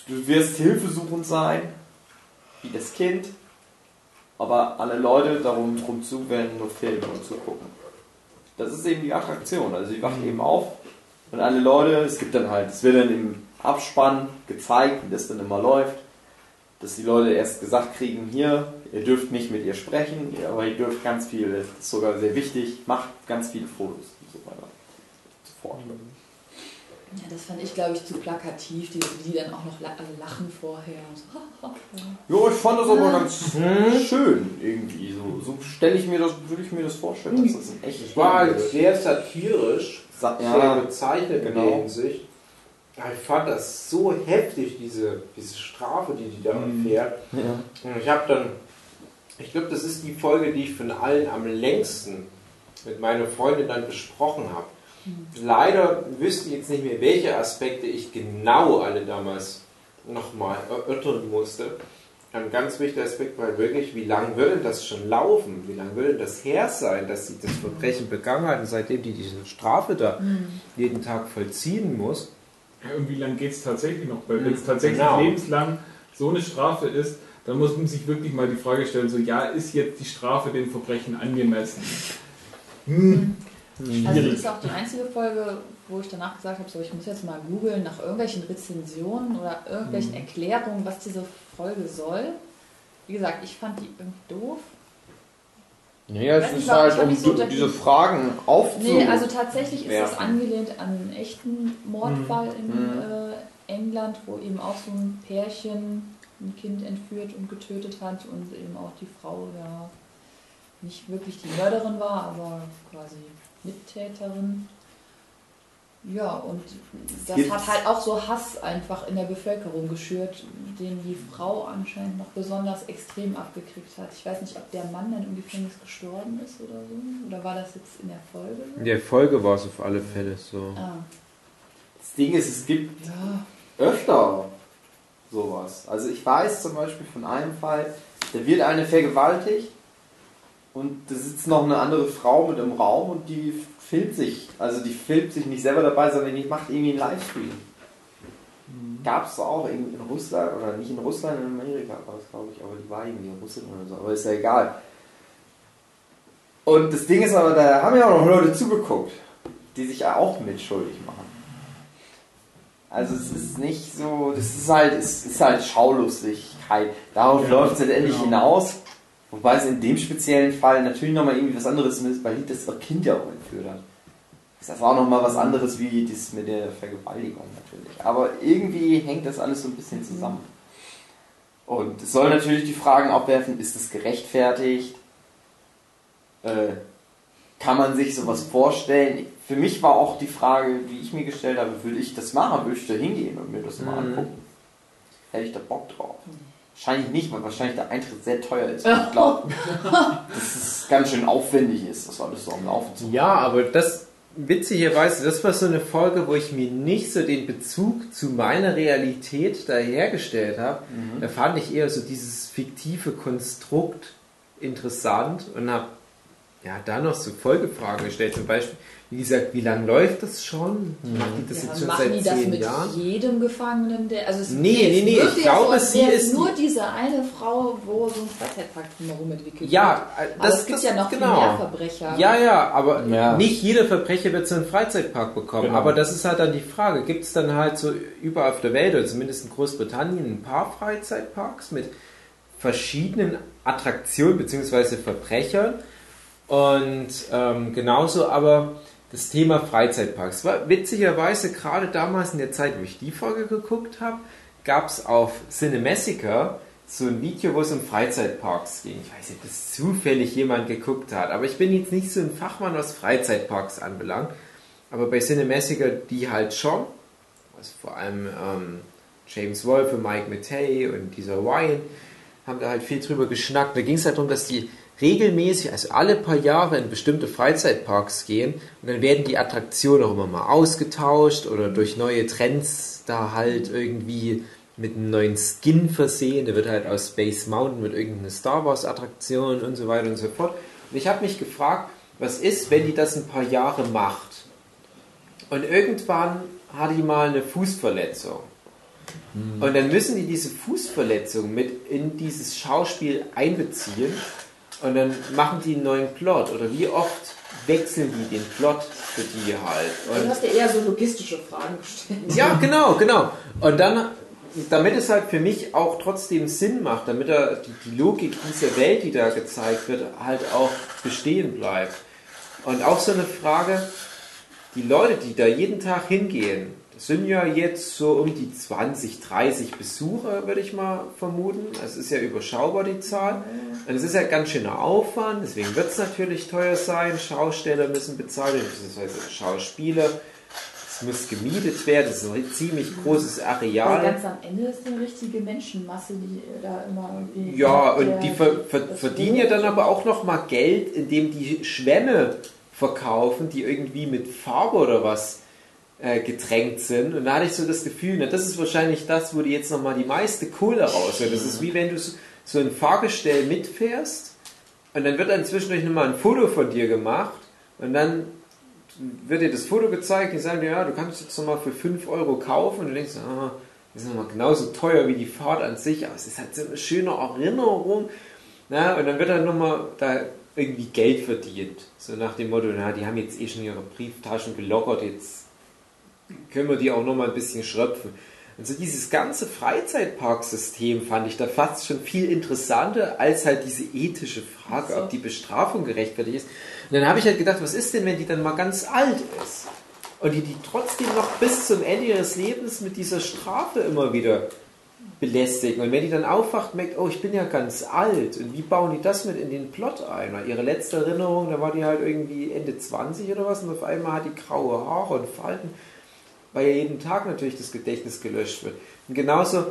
du wirst hilfesuchend sein, wie das Kind, aber alle Leute darum zu werden nur filmen und zugucken. Das ist eben die Attraktion. Also sie wacht eben auf und alle Leute, es wird dann im Abspann gezeigt, wie das dann immer läuft, dass die Leute erst gesagt kriegen, hier, ihr dürft nicht mit ihr sprechen, aber ihr dürft ganz viel, das ist sogar sehr wichtig, macht ganz viele Fotos und so weiter. Sofort. Ja, das fand ich, glaube ich, zu plakativ, die dann auch noch alle lachen vorher. Und so. Ja, ich fand das aber ganz schön irgendwie. So würde ich mir das vorstellen. Dass das echt Es war halt sehr satirisch, sehr bezeichnet in der Hinsicht. Ich fand das so heftig, diese Strafe, die da erfährt. Ja. Und ich glaube, das ist die Folge, die ich von allen am längsten mit meiner Freundin dann besprochen habe. Leider wüsste ich jetzt nicht mehr, welche Aspekte ich genau alle damals nochmal erörtern musste. Ein ganz wichtiger Aspekt war wirklich, wie lange würde das schon laufen? Wie lange würde das her sein, dass sie das Verbrechen begangen hat und seitdem die diese Strafe da jeden Tag vollziehen muss? Ja, und wie lange geht es tatsächlich noch? Weil wenn es tatsächlich lebenslang so eine Strafe ist, dann muss man sich wirklich mal die Frage stellen, so ja, ist jetzt die Strafe dem Verbrechen angemessen? Also das ist auch die einzige Folge, wo ich danach gesagt habe, so, ich muss jetzt mal googeln nach irgendwelchen Rezensionen oder irgendwelchen Erklärungen, was diese Folge soll. Wie gesagt, ich fand die irgendwie doof. Naja, es ist halt, um diese Fragen aufzunehmen. Nee, also tatsächlich ist das angelehnt an einen echten Mordfall in England, wo eben auch so ein Pärchen ein Kind entführt und getötet hat und eben auch die Frau ja nicht wirklich die Mörderin war, aber quasi Mittäterin. Ja, und das hat halt auch so Hass einfach in der Bevölkerung geschürt, den die Frau anscheinend noch besonders extrem abgekriegt hat. Ich weiß nicht, ob der Mann dann im Gefängnis gestorben ist oder so. Oder war das jetzt in der Folge? In der Folge war es auf alle Fälle so. Das Ding ist, es gibt öfter sowas. Also ich weiß zum Beispiel von einem Fall, da wird eine vergewaltigt und da sitzt noch eine andere Frau mit im Raum und die filmt sich. Also die filmt sich nicht selber dabei, sondern die macht irgendwie einen Livestream. Gab es auch in Russland, oder nicht in Russland, in Amerika war das, glaube ich, aber die war irgendwie in Russland oder so, aber ist ja egal. Und das Ding ist aber, da haben ja auch noch Leute zugeguckt, die sich auch mitschuldig machen. Also es ist nicht so, es ist halt Schaulustigkeit. Darauf läuft es letztendlich hinaus. Wobei es in dem speziellen Fall natürlich nochmal irgendwie was anderes ist, weil das Kind ja auch entführt hat. Das ist auch nochmal was anderes wie das mit der Vergewaltigung natürlich. Aber irgendwie hängt das alles so ein bisschen zusammen. Und es soll natürlich die Fragen aufwerfen, ist das gerechtfertigt? Kann man sich sowas vorstellen? Für mich war auch die Frage, wie ich mir gestellt habe, würde ich das machen? Würde ich da hingehen und mir das mal angucken? Hätte ich da Bock drauf? Wahrscheinlich nicht, weil wahrscheinlich der Eintritt sehr teuer ist. Ich glaube, dass es ganz schön aufwendig ist, das alles so am Laufen zu machen. Ja, aber das, witzigerweise, das war so eine Folge, wo ich mir nicht so den Bezug zu meiner Realität da hergestellt habe. Da fand ich eher so dieses fiktive Konstrukt interessant und habe da noch so Folgefragen gestellt. Zum Beispiel, wie gesagt, wie lange läuft das schon? Macht die das jetzt schon seit 10 Jahren? Machen die das mit jedem Gefangenen? Nee, ich glaube, sie ist nur diese eine Frau, wo so ein Freizeitpark drumherum entwickelt wird. Aber es gibt ja noch viel mehr Verbrecher. Ja, aber nicht jeder Verbrecher wird so einen Freizeitpark bekommen. Genau. Aber das ist halt dann die Frage. Gibt es dann halt so überall auf der Welt, oder zumindest in Großbritannien, ein paar Freizeitparks mit verschiedenen Attraktionen bzw. Verbrechern? Und genauso aber das Thema Freizeitparks. War witzigerweise gerade damals in der Zeit, wo ich die Folge geguckt habe, gab es auf Cinemassacre so ein Video, wo es um Freizeitparks ging. Ich weiß nicht, ob das zufällig jemand geguckt hat, aber ich bin jetzt nicht so ein Fachmann, was Freizeitparks anbelangt. Aber bei Cinemassacre die halt schon. Also vor allem James Wolfe und Mike Matei und dieser Ryan haben da halt viel drüber geschnackt. Da ging es halt darum, dass die regelmäßig, also alle paar Jahre in bestimmte Freizeitparks gehen und dann werden die Attraktionen auch immer mal ausgetauscht oder durch neue Trends da halt irgendwie mit einem neuen Skin versehen. Der wird halt aus Space Mountain mit irgendeiner Star Wars Attraktion und so weiter und so fort. Und ich habe mich gefragt, was ist, wenn die das ein paar Jahre macht und irgendwann hat die mal eine Fußverletzung Und dann müssen die diese Fußverletzung mit in dieses Schauspiel einbeziehen und dann machen die einen neuen Plot. Oder wie oft wechseln die den Plot für die halt. Und du hast ja eher so logistische Fragen gestellt. ja, genau. Und dann, damit es halt für mich auch trotzdem Sinn macht, damit die Logik dieser Welt, die da gezeigt wird, halt auch bestehen bleibt. Und auch so eine Frage, die Leute, die da jeden Tag hingehen, das sind ja jetzt so um die 20, 30 Besucher, würde ich mal vermuten. Es ist ja überschaubar, die Zahl. Und es ist ja ganz schöner Aufwand, deswegen wird es natürlich teuer sein. Schausteller müssen bezahlt werden, beziehungsweise Schauspieler. Es muss gemietet werden, es ist ein ziemlich großes Areal. Aber ganz am Ende ist eine richtige Menschenmasse, die da immer irgendwie... Ja, und die verdienen ja dann aber auch nochmal Geld, indem die Schwämme verkaufen, die irgendwie mit Farbe oder was getränkt sind. Und da hatte ich so das Gefühl, na, das ist wahrscheinlich das, wo die jetzt nochmal die meiste Kohle rausholen. Das ist wie wenn du so ein Fahrgestell mitfährst und dann wird dann zwischendurch nochmal ein Foto von dir gemacht und dann wird dir das Foto gezeigt, die sagen dir, ja, du kannst jetzt nochmal für 5 Euro kaufen und du denkst, das ist nochmal genauso teuer wie die Fahrt an sich, aber es ist halt so eine schöne Erinnerung. Na, und dann wird dann nochmal da irgendwie Geld verdient. So nach dem Motto, na, die haben jetzt eh schon ihre Brieftaschen gelockert, jetzt können wir die auch nochmal ein bisschen schröpfen. Also dieses ganze Freizeitparksystem fand ich da fast schon viel interessanter als halt diese ethische Frage, ob die Bestrafung gerechtfertigt ist. Und dann habe ich halt gedacht, was ist denn, wenn die dann mal ganz alt ist? Und die trotzdem noch bis zum Ende ihres Lebens mit dieser Strafe immer wieder belästigen. Und wenn die dann aufwacht, merkt, oh, ich bin ja ganz alt. Und wie bauen die das mit in den Plot ein? Weil ihre letzte Erinnerung, da war die halt irgendwie Ende 20 oder was und auf einmal hat die graue Haare und Falten, weil ja jeden Tag natürlich das Gedächtnis gelöscht wird. Und genauso,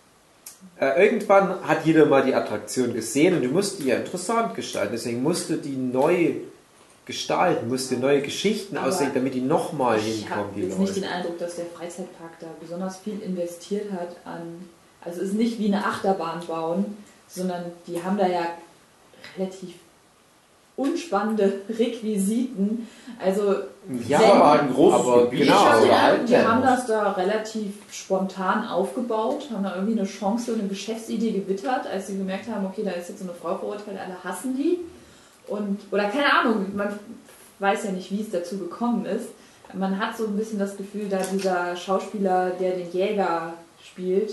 irgendwann hat jeder mal die Attraktion gesehen und du musst die ja interessant gestalten. Deswegen musst du die neu gestalten, musst du neue Geschichten ausdenken, damit die nochmal hinkommen, die Leute. Ich habe jetzt nicht den Eindruck, dass der Freizeitpark da besonders viel investiert hat an... Also es ist nicht wie eine Achterbahn bauen, sondern die haben da ja relativ unspannende Requisiten. Also ja, aber ein großes Gebiet. Genau, die haben das da relativ spontan aufgebaut, haben da irgendwie eine Chance, eine Geschäftsidee gewittert, als sie gemerkt haben, okay, da ist jetzt so eine Frau verurteilt, alle hassen die. Oder keine Ahnung, man weiß ja nicht, wie es dazu gekommen ist. Man hat so ein bisschen das Gefühl, da dieser Schauspieler, der den Jäger spielt,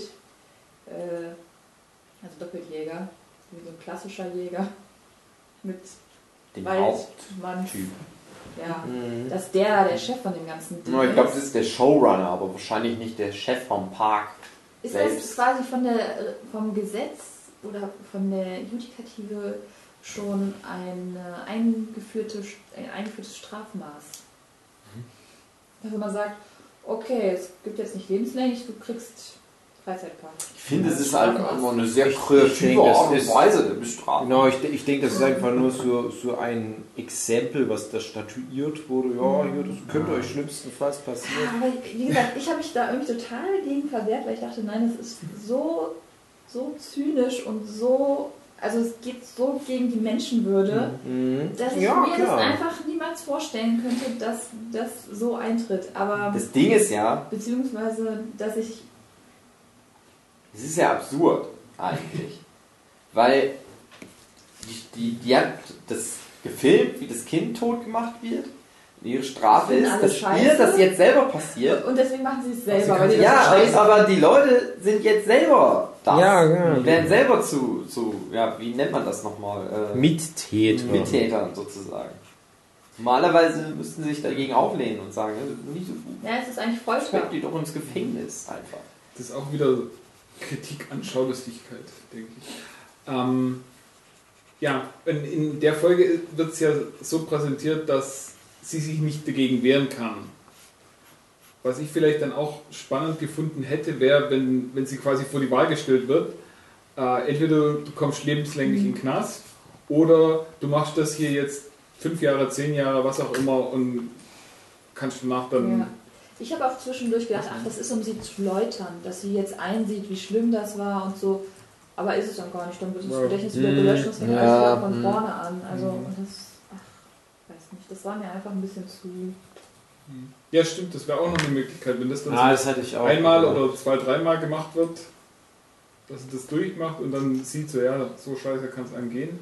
also Doppeljäger, wie so ein klassischer Jäger mit dem Haupttyp. Ja, dass der Chef von dem ganzen Ding ist. Ich glaube, das ist der Showrunner, aber wahrscheinlich nicht der Chef vom Park. Ist selbst. Das quasi vom Gesetz oder von der Judikative schon ein eingeführtes Strafmaß? Also man sagt, okay, es gibt jetzt nicht lebenslänglich, du kriegst Freizeitpark. Ich finde, es ist halt immer eine sehr kreative Art und Weise der Bestrafung. Genau, ich denke, das ist einfach nur so ein Exempel, was da statuiert wurde. Ja, hier, das könnte euch schlimmstenfalls passieren. Ja, aber wie gesagt, ich habe mich da irgendwie total gegen verwehrt, weil ich dachte, nein, das ist so zynisch und so, also es geht so gegen die Menschenwürde, dass ich mir das einfach niemals vorstellen könnte, dass das so eintritt. Aber das Ding ist ja, beziehungsweise, dass ich... Es ist ja absurd, eigentlich. Weil die hat das gefilmt, wie das Kind tot gemacht wird. Und ihre Strafe ist, dass ihr das jetzt selber passiert. Und deswegen machen sie es selber. Also aber die Leute sind jetzt selber das. Ja, genau. Werden selber zu wie nennt man das nochmal? Mittäter sozusagen. Normalerweise müssten sie sich dagegen auflehnen und sagen, das ist nicht so gut. Ja, es ist eigentlich Folter. Schreibt die doch ins Gefängnis einfach. Das ist auch wieder Kritik an Schaulustigkeit, denke ich. In der Folge wird es ja so präsentiert, dass sie sich nicht dagegen wehren kann. Was ich vielleicht dann auch spannend gefunden hätte, wäre, wenn sie quasi vor die Wahl gestellt wird, entweder du kommst lebenslänglich in den Knast oder du machst das hier jetzt 5 Jahre, 10 Jahre, was auch immer und kannst danach dann... Ja. Ich habe auch zwischendurch gedacht, das ist, um sie zu läutern, dass sie jetzt einsieht, wie schlimm das war und so. Aber ist es dann gar nicht. Dann wird das Gedächtnis wieder gelöscht und es fängt alles wieder von vorne an. Also, weiß nicht, das war mir einfach ein bisschen zu Ja, stimmt, das wäre auch noch eine Möglichkeit, wenn das dann das hatte ich auch einmal oder 2-, 3-mal gemacht wird, dass er das durchmacht und dann sieht so, ja, so scheiße kann es einem gehen.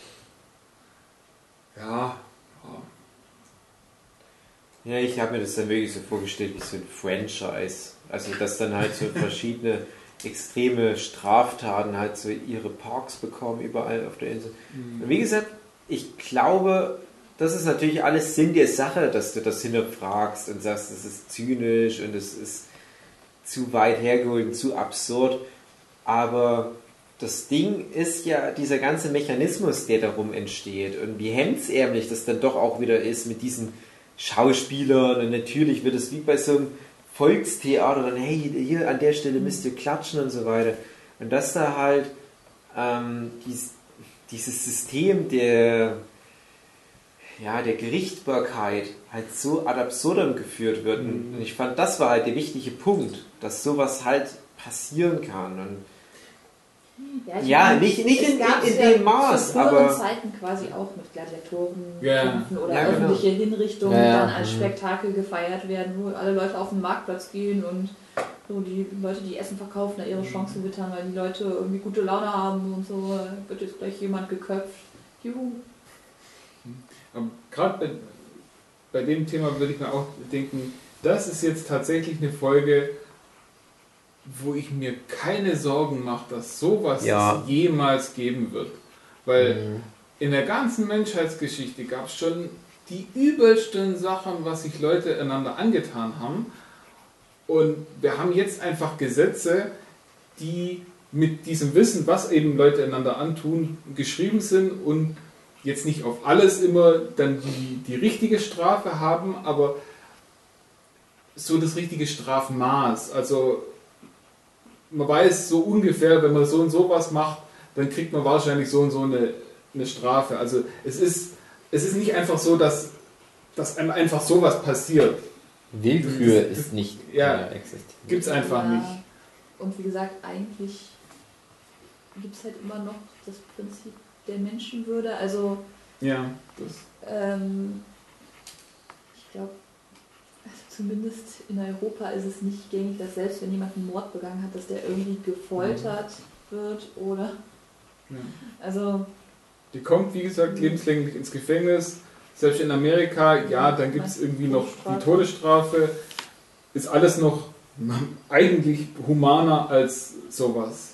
Ja. Ja, ich habe mir das dann wirklich so vorgestellt wie so ein Franchise. Also, dass dann halt so verschiedene extreme Straftaten halt so ihre Parks bekommen, überall auf der Insel. Und wie gesagt, ich glaube, das ist natürlich alles Sinn der Sache, dass du das hinterfragst und sagst, das ist zynisch und es ist zu weit hergeholt und zu absurd. Aber das Ding ist ja dieser ganze Mechanismus, der darum entsteht und wie hemdsärmlich das dann doch auch wieder ist mit diesen Schauspielern und natürlich wird es wie bei so einem Volkstheater dann, hey, hier an der Stelle müsst ihr klatschen und so weiter. Und dass da halt dieses System der Gerichtbarkeit halt so ad absurdum geführt wird. Und ich fand, das war halt der wichtige Punkt, dass sowas halt passieren kann. Und nicht in dem Maß, aber Zeiten quasi auch mit Gladiatoren oder öffentliche Hinrichtungen dann als Spektakel gefeiert werden, wo alle Leute auf den Marktplatz gehen und so die Leute, die Essen verkaufen, da ihre Chance wittern, weil die Leute irgendwie gute Laune haben und so, wird jetzt gleich jemand geköpft. Juhu. Gerade bei dem Thema würde ich mir auch denken, das ist jetzt tatsächlich eine Folge, wo ich mir keine Sorgen mache, dass sowas es jemals geben wird. Weil in der ganzen Menschheitsgeschichte gab es schon die übelsten Sachen, was sich Leute einander angetan haben. Und wir haben jetzt einfach Gesetze, die mit diesem Wissen, was eben Leute einander antun, geschrieben sind und jetzt nicht auf alles immer dann die richtige Strafe haben, aber so das richtige Strafmaß. Also man weiß so ungefähr, wenn man so und so was macht, dann kriegt man wahrscheinlich so und so eine Strafe. Also es ist nicht einfach so, dass einem einfach sowas passiert. Willkür ist nicht existent. Gibt es einfach nicht. Und wie gesagt, eigentlich gibt es halt immer noch das Prinzip der Menschenwürde. Also ich glaube, zumindest in Europa ist es nicht gängig, dass selbst wenn jemand einen Mord begangen hat, dass der irgendwie gefoltert wird oder also die kommt, wie gesagt, lebenslänglich ins Gefängnis. Selbst in Amerika, dann gibt es irgendwie noch die Todesstrafe. Ist alles noch eigentlich humaner als sowas.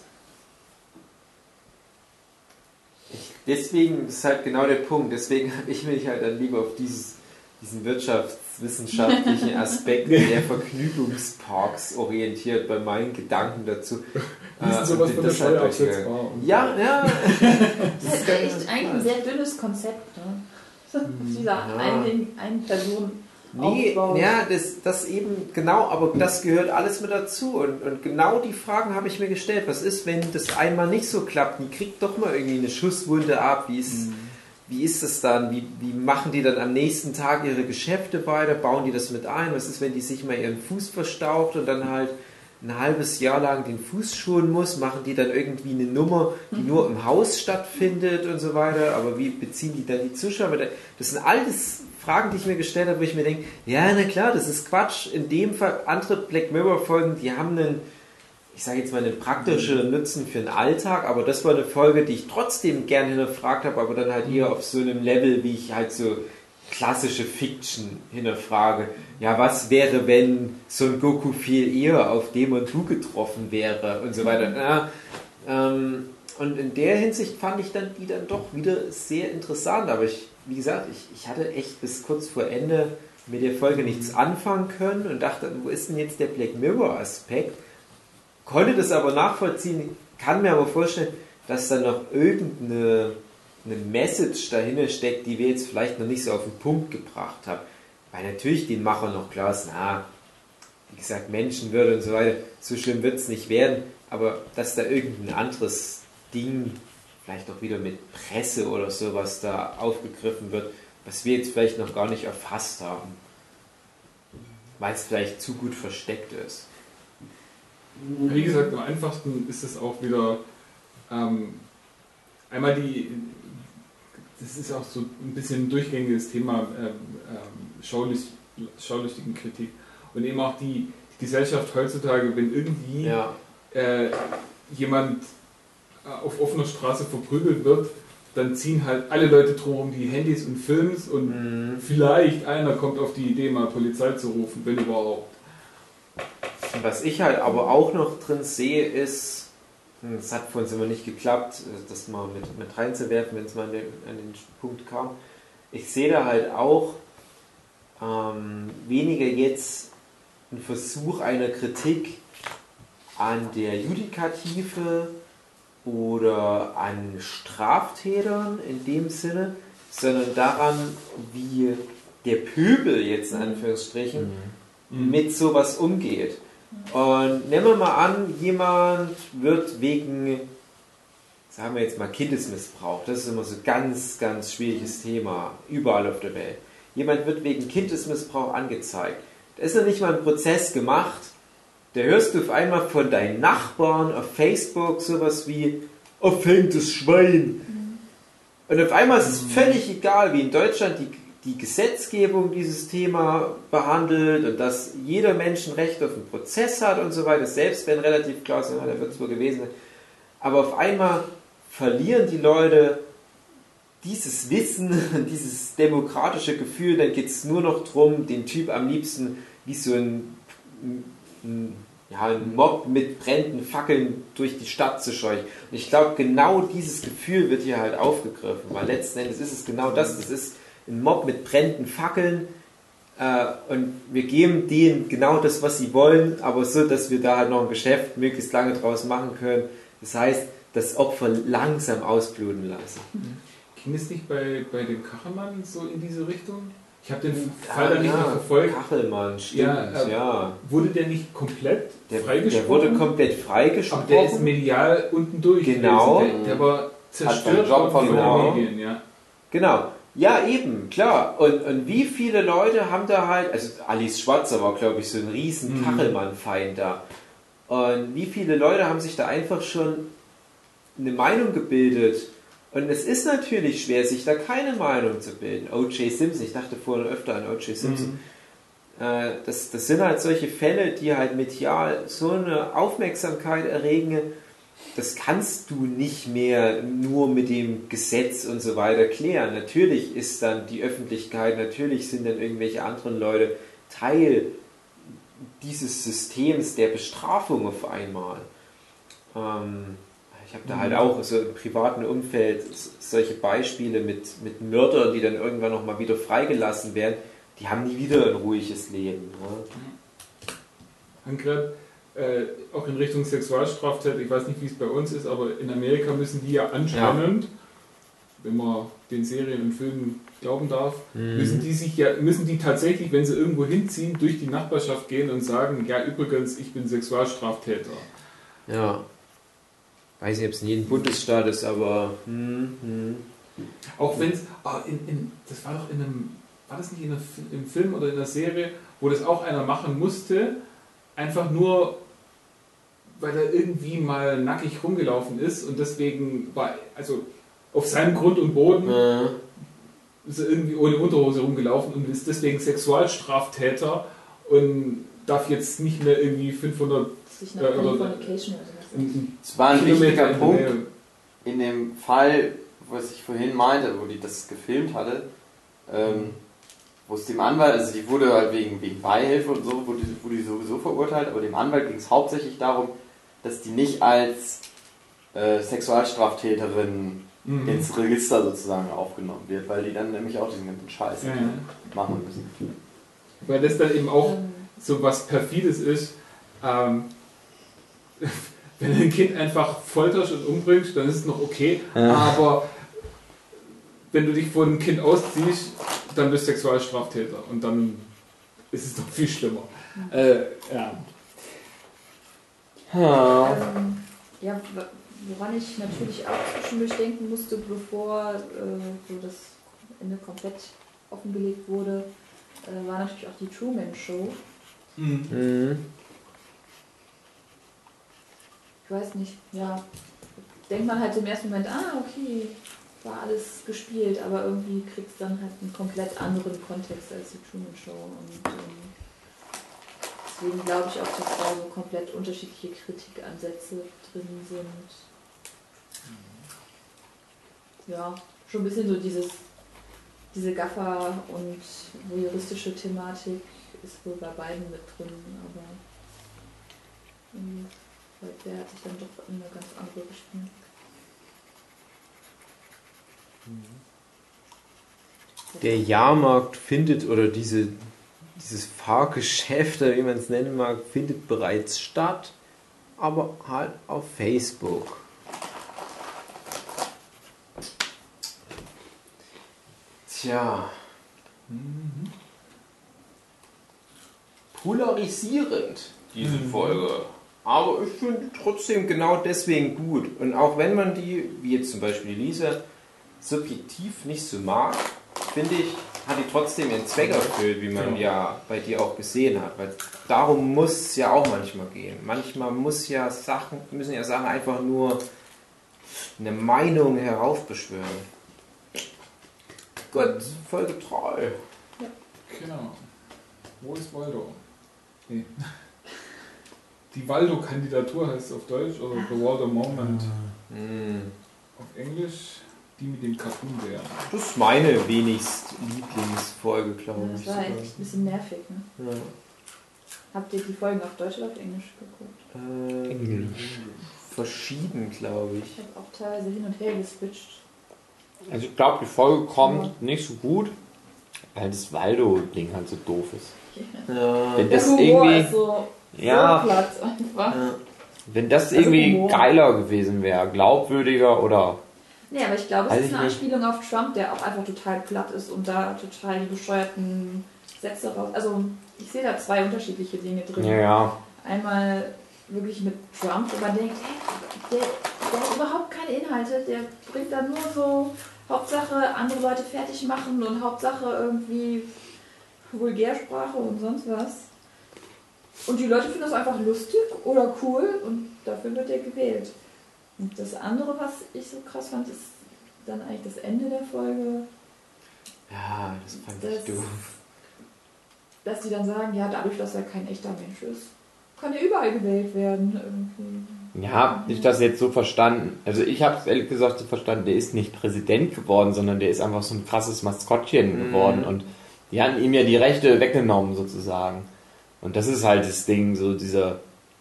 Deswegen ist halt genau der Punkt. Deswegen habe ich mich halt dann lieber auf diesen wirtschaftswissenschaftlichen Aspekt der Vergnügungsparks orientiert bei meinen Gedanken dazu. Die sind sowas von der Steuer absetzbar. Das ist echt eigentlich ein sehr dünnes Konzept. Ne? Dieser einen Person aufbaut. Das eben genau, aber das gehört alles mit dazu und genau die Fragen habe ich mir gestellt. Was ist, wenn das einmal nicht so klappt? Die kriegt doch mal irgendwie eine Schusswunde ab. Wie ist das dann? Wie machen die dann am nächsten Tag ihre Geschäfte weiter? Bauen die das mit ein? Was ist, wenn die sich mal ihren Fuß verstaucht und dann halt ein halbes Jahr lang den Fuß schonen muss? Machen die dann irgendwie eine Nummer, die nur im Haus stattfindet und so weiter? Aber wie beziehen die dann die Zuschauer? Das sind alles Fragen, die ich mir gestellt habe, wo ich mir denke, ja, na klar, das ist Quatsch. In dem Fall, andere Black Mirror-Folgen, die haben einen praktischen Nutzen für den Alltag, aber das war eine Folge, die ich trotzdem gern hinterfragt habe, aber dann halt eher auf so einem Level, wie ich halt so klassische Fiction hinterfrage. Ja, was wäre, wenn Son Goku viel eher auf Demon 2 getroffen wäre und so weiter. Und in der Hinsicht fand ich dann die dann doch wieder sehr interessant, aber wie gesagt, ich hatte echt bis kurz vor Ende mit der Folge nichts anfangen können und dachte, wo ist denn jetzt der Black Mirror Aspekt? Konnte das aber nachvollziehen, kann mir aber vorstellen, dass da noch irgendeine Message dahinter steckt, die wir jetzt vielleicht noch nicht so auf den Punkt gebracht haben. Weil natürlich den Machern noch klar ist, wie gesagt, Menschenwürde und so weiter, so schlimm wird es nicht werden, aber dass da irgendein anderes Ding, vielleicht auch wieder mit Presse oder sowas da aufgegriffen wird, was wir jetzt vielleicht noch gar nicht erfasst haben. Weil es vielleicht zu gut versteckt ist. Wie gesagt, am einfachsten ist es auch wieder einmal das ist auch so ein bisschen ein durchgängiges Thema, schaulich schaulustigen Kritik. Und eben auch die Gesellschaft heutzutage, wenn irgendwie jemand auf offener Straße verprügelt wird, dann ziehen halt alle Leute drumherum die Handys und Films und vielleicht einer kommt auf die Idee, mal Polizei zu rufen, wenn überhaupt. Was ich halt aber auch noch drin sehe, ist, es hat für uns immer nicht geklappt, das mal mit reinzuwerfen, wenn es mal an den Punkt kam. Ich sehe da halt auch weniger jetzt einen Versuch einer Kritik an der Judikative oder an Straftätern in dem Sinne, sondern daran, wie der Pöbel jetzt in Anführungsstrichen mit sowas umgeht. Und nehmen wir mal an, jemand wird wegen, sagen wir jetzt mal, Kindesmissbrauch, das ist immer so ein ganz, ganz schwieriges Thema, überall auf der Welt. Jemand wird wegen Kindesmissbrauch angezeigt. Da ist noch nicht mal ein Prozess gemacht. Da hörst du auf einmal von deinen Nachbarn auf Facebook sowas wie verfängtes Schwein. Und auf einmal ist es völlig egal, wie in Deutschland die Gesetzgebung dieses Thema behandelt und dass jeder Mensch ein Recht auf einen Prozess hat und so weiter, selbst wenn relativ klar ist, da wird es wohl gewesen sein. Aber auf einmal verlieren die Leute dieses Wissen, dieses demokratische Gefühl, dann geht es nur noch darum, den Typ am liebsten wie so ein Mob mit brennenden Fackeln durch die Stadt zu scheuchen. Und ich glaube, genau dieses Gefühl wird hier halt aufgegriffen, weil letzten Endes ist es genau das. Das ist ein Mob mit brennenden Fackeln und wir geben denen genau das, was sie wollen, aber so, dass wir da halt noch ein Geschäft möglichst lange draus machen können. Das heißt, das Opfer langsam ausbluten lassen. Ging es nicht bei dem Kachelmann so in diese Richtung? Ich habe den Fall dann nicht mehr verfolgt. Kachelmann, stimmt, ja. Wurde der nicht komplett freigesprochen? Der wurde komplett freigesprochen. Aber der ist medial unten durch. Genau. Der war zerstört von den Medien, ja. Genau. Ja, eben, klar. Und wie viele Leute haben da halt, also Alice Schwarzer war, glaube ich, so ein riesen Kachelmann-Feind da. Und wie viele Leute haben sich da einfach schon eine Meinung gebildet. Und es ist natürlich schwer, sich da keine Meinung zu bilden. O.J. Simpson, ich dachte vorhin öfter an O.J. Simpson. Das sind halt solche Fälle, die halt medial so eine Aufmerksamkeit erregen, das kannst du nicht mehr nur mit dem Gesetz und so weiter klären. Natürlich ist dann die Öffentlichkeit, natürlich sind dann irgendwelche anderen Leute Teil dieses Systems der Bestrafung auf einmal. Ich habe da halt auch so im privaten Umfeld solche Beispiele mit Mördern, die dann irgendwann nochmal wieder freigelassen werden, die haben nie wieder ein ruhiges Leben. Ne? Angret, auch in Richtung Sexualstraftat, ich weiß nicht, wie es bei uns ist, aber in Amerika müssen die ja anscheinend, wenn man den Serien und Filmen glauben darf, müssen die tatsächlich, wenn sie irgendwo hinziehen, durch die Nachbarschaft gehen und sagen, ja übrigens, ich bin Sexualstraftäter. Ja. Weiß nicht, ob es in jedem Bundesstaat ist, aber auch wenn es, das war doch war das nicht im Film oder in der Serie, wo das auch einer machen musste, einfach nur, weil er irgendwie mal nackig rumgelaufen ist und deswegen war, also auf seinem Grund und Boden ist er irgendwie ohne Unterhose rumgelaufen und ist deswegen Sexualstraftäter und darf jetzt nicht mehr irgendwie 500 Es war ein wichtiger Punkt in dem Fall, was ich vorhin meinte, wo die das gefilmt hatte, wo es dem Anwalt, also die wurde halt wegen Beihilfe und so, wurde die sowieso verurteilt, aber dem Anwalt ging es hauptsächlich darum, dass die nicht als Sexualstraftäterin ins Register sozusagen aufgenommen wird, weil die dann nämlich auch diesen ganzen Scheiß machen müssen. Weil das dann eben auch so was Perfides ist, wenn du ein Kind einfach folterst und umbringst, dann ist es noch okay, aber wenn du dich von einem Kind ausziehst, dann bist du Sexualstraftäter und dann ist es noch viel schlimmer. Woran ich natürlich auch zwischendurch denken musste, bevor so das Ende komplett offengelegt wurde, war natürlich auch die Truman Show. Ich weiß nicht, denkt man halt im ersten Moment, okay, war alles gespielt, aber irgendwie kriegt es dann halt einen komplett anderen Kontext als die Truman Show. Und deswegen glaube ich auch, dass da so komplett unterschiedliche Kritikansätze drin sind. Ja, schon ein bisschen so diese Gaffer- und voyeuristische Thematik ist wohl bei beiden mit drin, aber der hat sich dann doch in eine ganz andere Richtung. Der Jahrmarkt findet, oder dieses Fahrgeschäft, oder wie man es nennen mag, findet bereits statt, aber halt auf Facebook. Tja. Polarisierend, diese Folge. Aber ich finde trotzdem genau deswegen gut. Und auch wenn man die, wie jetzt zum Beispiel Lisa, subjektiv nicht so mag, finde ich, hat die trotzdem ihren Zweck erfüllt, wie man ja bei dir auch gesehen hat. Weil darum muss es ja auch manchmal gehen. Manchmal müssen ja Sachen einfach nur eine Meinung heraufbeschwören. Gut, Folge 3. Ja. Genau. Wo ist Waldo? Nee. Die Waldo-Kandidatur heißt es auf Deutsch, oder The Waldo Moment auf Englisch. Die mit dem Cartoon-Bär. Das ist meine wenigst Lieblingsfolge, glaube ich. Das war echt ein bisschen nervig, ne? Ja. Habt ihr die Folgen auf Deutsch oder auf Englisch geguckt? Englisch. Verschieden, glaube ich. Ich habe auch teilweise hin und her geswitcht. Also ich glaube, die Folge kommt nicht so gut, weil das Waldo-Ding halt so doof ist. Ja. Wenn Der das Humor irgendwie, ist so ja, platt einfach. wenn das Also irgendwie Humor. geiler gewesen wäre, glaubwürdiger oder... Nee, aber ich glaube, es Weiß ist ich eine nicht. Anspielung auf Trump, der auch einfach total platt ist und da total die bescheuerten Sätze raus. Also ich sehe da zwei unterschiedliche Dinge drin. Ja. Einmal wirklich mit Trump, wo man denkt, hey, der hat überhaupt keine Inhalte, der bringt dann nur so Hauptsache andere Leute fertig machen und Hauptsache irgendwie Vulgärsprache und sonst was. Und die Leute finden das einfach lustig oder cool und dafür wird er gewählt. Und das andere, was ich so krass fand, ist dann eigentlich das Ende der Folge. Ja, das fand Das- ich doof. Dass die dann sagen, ja, dadurch, dass er kein echter Mensch ist, kann er überall gewählt werden. Irgendwie. Ja, ich das jetzt so verstanden. Also ich habe es ehrlich gesagt so verstanden, der ist nicht Präsident geworden, sondern der ist einfach so ein krasses Maskottchen geworden und die haben ihm ja die Rechte weggenommen sozusagen. Und das ist halt das Ding, so dieser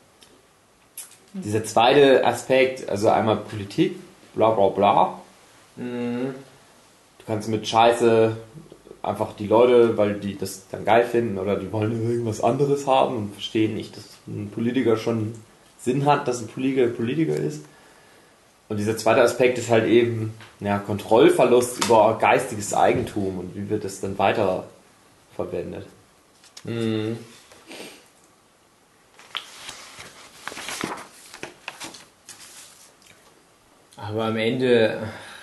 zweite Aspekt, also einmal Politik, bla bla bla. Du kannst mit Scheiße einfach die Leute, weil die das dann geil finden oder die wollen irgendwas anderes haben und verstehen nicht, dass ein Politiker schon Sinn hat, dass ein Politiker ist. Und dieser zweite Aspekt ist halt eben Kontrollverlust über geistiges Eigentum und wie wird das dann weiter verwendet. Aber am Ende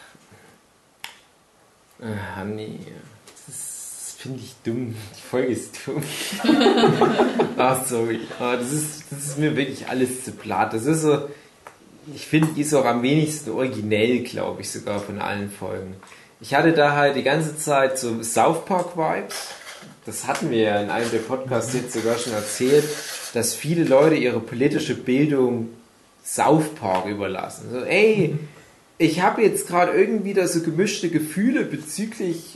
haben die. Das finde ich dumm. Die Folge ist dumm. Ach, sorry. Das ist mir wirklich alles zu platt. Das ist so. Ich finde, die ist auch am wenigsten originell, glaube ich, sogar von allen Folgen. Ich hatte da halt die ganze Zeit so South Park Vibes. Das hatten wir ja in einem der Podcasts jetzt sogar schon erzählt, dass viele Leute ihre politische Bildung South Park überlassen. So, ey, ich habe jetzt gerade irgendwie da so gemischte Gefühle bezüglich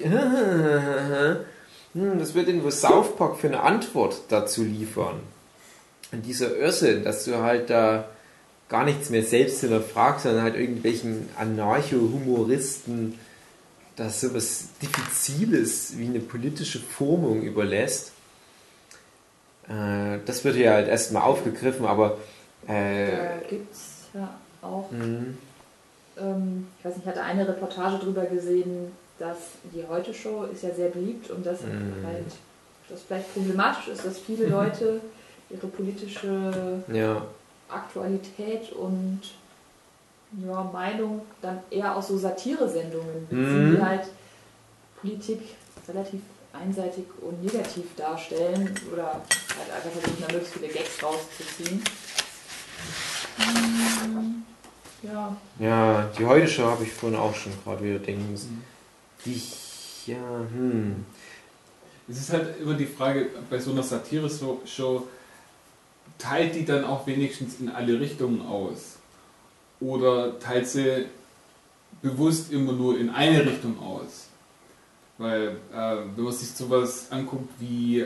was wird denn wohl South Park für eine Antwort dazu liefern? Und dieser Irrsinn, dass du halt da gar nichts mehr selbst hinterfragst, sondern halt irgendwelchen Anarcho-Humoristen das so was Diffiziles wie eine politische Formung überlässt. Das wird ja halt erstmal aufgegriffen, aber Da gibt es ja auch, ich weiß nicht, ich hatte eine Reportage drüber gesehen, dass die Heute-Show ist ja sehr beliebt und dass halt das vielleicht problematisch ist, dass viele Leute ihre politische Aktualität und Meinung dann eher aus so Satire-Sendungen beziehen, die halt Politik relativ einseitig und negativ darstellen oder halt einfach versuchen, da möglichst viele Gags rauszuziehen. Ja. Ja, die Heute-Show habe ich vorhin auch schon gerade wieder denken müssen. Es ist halt immer die Frage, bei so einer Satire-Show, teilt die dann auch wenigstens in alle Richtungen aus? Oder teilt sie bewusst immer nur in eine Richtung aus? Weil, wenn man sich sowas anguckt wie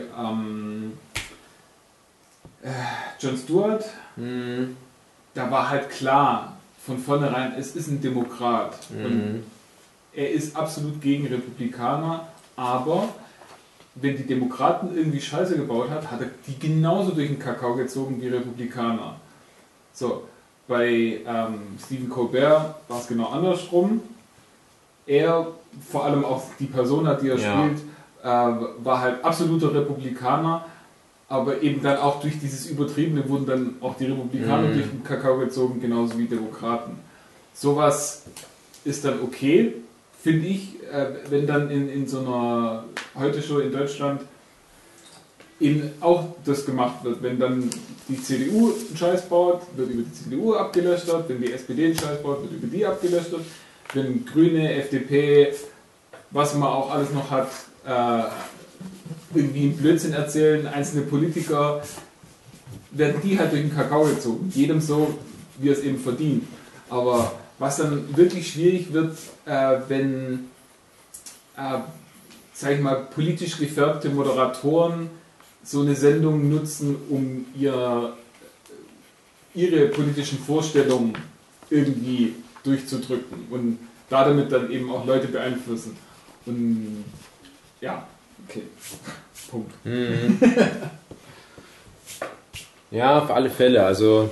Jon Stewart, da war halt klar, von vornherein, es ist ein Demokrat. Und er ist absolut gegen Republikaner, aber wenn die Demokraten irgendwie Scheiße gebaut hat er die genauso durch den Kakao gezogen wie Republikaner. So, bei Stephen Colbert war es genau andersrum. Er, vor allem auch die Persona, die er spielt, war halt absoluter Republikaner, aber eben dann auch durch dieses Übertriebene wurden dann auch die Republikaner durch den Kakao gezogen, genauso wie Demokraten. Sowas ist dann okay, finde ich, wenn dann in so einer Heute-Show in Deutschland eben auch das gemacht wird. Wenn dann die CDU einen Scheiß baut, wird über die CDU abgelöscht, wenn die SPD einen Scheiß baut, wird über die abgelöscht, wenn Grüne, FDP, was man auch alles noch hat, irgendwie einen Blödsinn erzählen, einzelne Politiker, werden die halt durch den Kakao gezogen. Jedem so, wie er es eben verdient. Aber was dann wirklich schwierig wird, wenn, sag ich mal, politisch gefärbte Moderatoren so eine Sendung nutzen, um ihre politischen Vorstellungen irgendwie durchzudrücken und damit dann eben auch Leute beeinflussen. Und ja, okay. Punkt. Ja, auf alle Fälle. Also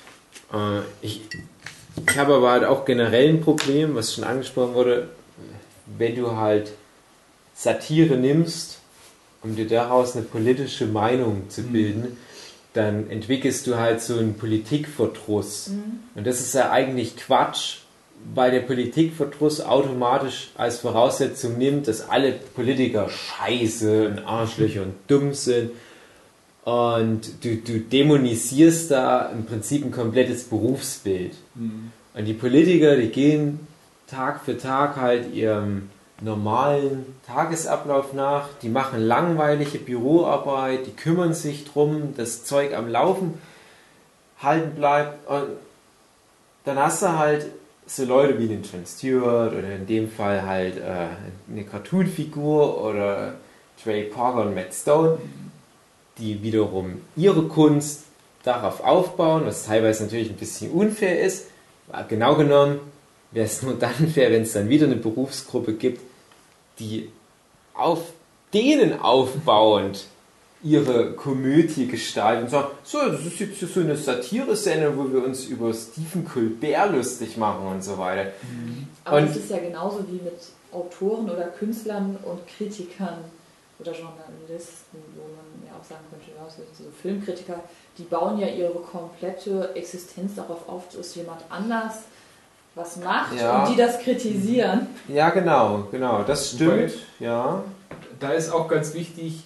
ich habe aber halt auch generell ein Problem, was schon angesprochen wurde, wenn du halt Satire nimmst, um dir daraus eine politische Meinung zu bilden, dann entwickelst du halt so einen Politikverdruss. Und das ist ja eigentlich Quatsch, weil der Politikverdruss automatisch als Voraussetzung nimmt, dass alle Politiker scheiße und Arschlöcher und dumm sind. Und du dämonisierst da im Prinzip ein komplettes Berufsbild. Und die Politiker, die gehen Tag für Tag halt ihrem normalen Tagesablauf nach, die machen langweilige Büroarbeit, die kümmern sich drum, dass Zeug am Laufen halten bleibt. Und dann hast du halt so Leute wie den Jon Stewart oder in dem Fall halt eine Cartoon-Figur oder Trey Parker und Matt Stone, die wiederum ihre Kunst darauf aufbauen, was teilweise natürlich ein bisschen unfair ist. Genau genommen wäre es nur dann fair, wenn es dann wieder eine Berufsgruppe gibt, die auf denen aufbauend ihre Komödie gestalten und sagen, so, das ist jetzt so eine Satire-Sendung, wo wir uns über Stephen Colbert lustig machen und so weiter. Aber es ist ja genauso wie mit Autoren oder Künstlern und Kritikern oder Journalisten, wo man ja auch sagen könnte, ja, so Filmkritiker, die bauen ja ihre komplette Existenz darauf auf, dass jemand anders was macht und die das kritisieren. Ja, genau, das stimmt. Ja. Da ist auch ganz wichtig,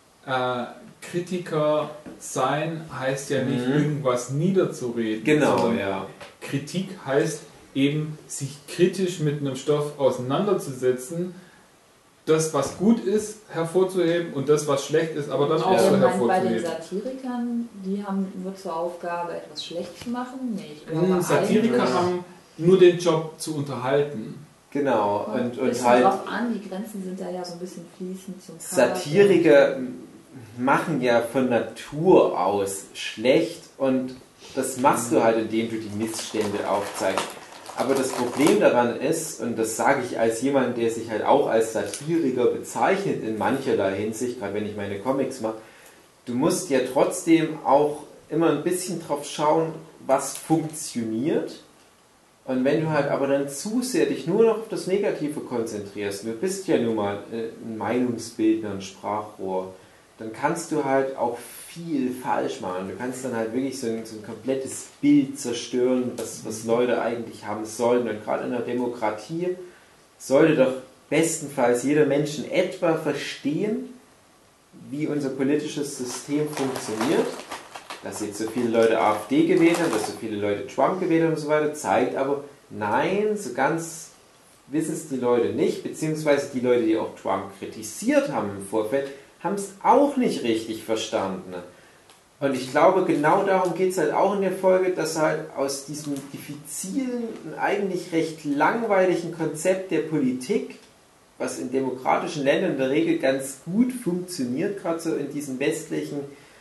Kritiker sein heißt ja nicht irgendwas niederzureden. Genau, ja. Kritik heißt eben, sich kritisch mit einem Stoff auseinanderzusetzen, das, was gut ist, hervorzuheben und das, was schlecht ist, aber dann auch so hervorzuheben. Bei den Satirikern, die haben nur zur Aufgabe, etwas schlecht zu machen? Nee, ich glaube, Satiriker haben nur den Job zu unterhalten. Genau. Und halt drauf an, die Grenzen sind da ja so ein bisschen fließend zum Satiriker machen ja von Natur aus schlecht und das machst du halt, indem du die Missstände aufzeigst. Aber das Problem daran ist, und das sage ich als jemand, der sich halt auch als Satiriker bezeichnet in mancherlei Hinsicht, gerade wenn ich meine Comics mache, du musst ja trotzdem auch immer ein bisschen drauf schauen, was funktioniert. Und wenn du halt aber dann zu sehr dich nur noch auf das Negative konzentrierst, du bist ja nun mal ein Meinungsbildner, ein Sprachrohr, dann kannst du halt auch viel falsch machen. Du kannst dann halt wirklich so ein komplettes Bild zerstören, was Leute eigentlich haben sollten. Und gerade in der Demokratie sollte doch bestenfalls jeder Mensch in etwa verstehen, wie unser politisches System funktioniert. dass jetzt so viele Leute AfD gewählt haben, dass so viele Leute Trump gewählt haben und so weiter, zeigt aber, nein, so ganz wissen es die Leute nicht, beziehungsweise die Leute, die auch Trump kritisiert haben im Vorfeld, haben es auch nicht richtig verstanden. Und ich glaube, genau darum geht es halt auch in der Folge, dass halt aus diesem diffizilen, eigentlich recht langweiligen Konzept der Politik, was in demokratischen Ländern in der Regel ganz gut funktioniert, gerade so in diesen westlichen,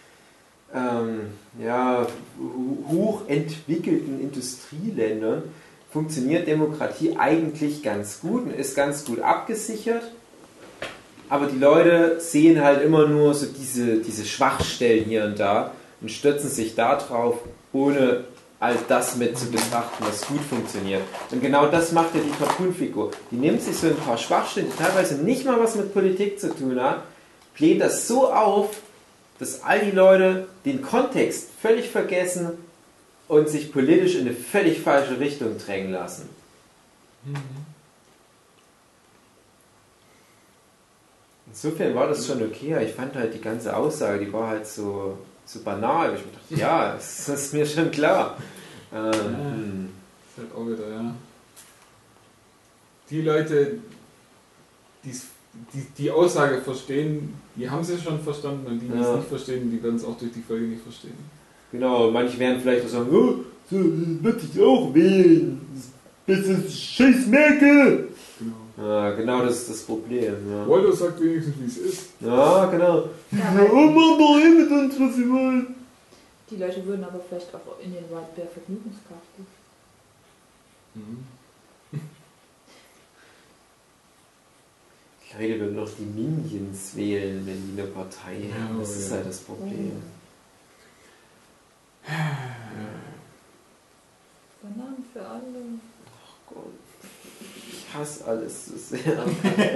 hochentwickelten Industrieländern, funktioniert Demokratie eigentlich ganz gut und ist ganz gut abgesichert. Aber die Leute sehen halt immer nur so diese Schwachstellen hier und da und stürzen sich da drauf, ohne all das mit zu betrachten, was gut funktioniert. Und genau das macht ja die Cartoon-Figur. Die nimmt sich so ein paar Schwachstellen, die teilweise nicht mal was mit Politik zu tun haben, bläht das so auf, dass all die Leute den Kontext völlig vergessen und sich politisch in eine völlig falsche Richtung drängen lassen. Insofern war das schon okay. Ich fand halt die ganze Aussage, die war halt so banal. Ich dachte, ja, das ist mir schon klar. Ist halt auch wieder, ja. Die Leute, die Aussage verstehen, die haben sie schon verstanden und die es nicht verstehen, die werden es auch durch die Folge nicht verstehen. Genau, manche werden vielleicht auch sagen, oh, so würde ich auch wählen. Das ist scheiß Merkel. Genau. Ja, genau das ist das Problem. Ja. Waldo sagt wenigstens, wie es ist. Ja, genau. Ja, Mach doch mit uns, was sie wollen. die Leute würden aber vielleicht auch in den White Bear Vergnügungspark gehen. Die Leute würden noch die Minions wählen, wenn die eine Partei haben. Das ist halt das Problem. Bananen für alle. Ach Gott. Ich hasse alles so sehr.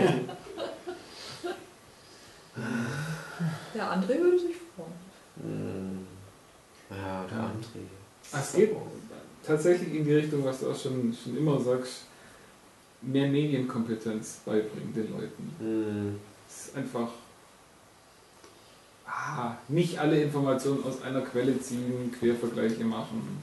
Der André würde sich freuen. Ja, der André. Es geht tatsächlich in die Richtung, was du auch schon immer sagst, mehr Medienkompetenz beibringen den Leuten. Es ist einfach nicht alle Informationen aus einer Quelle ziehen, Quervergleiche machen.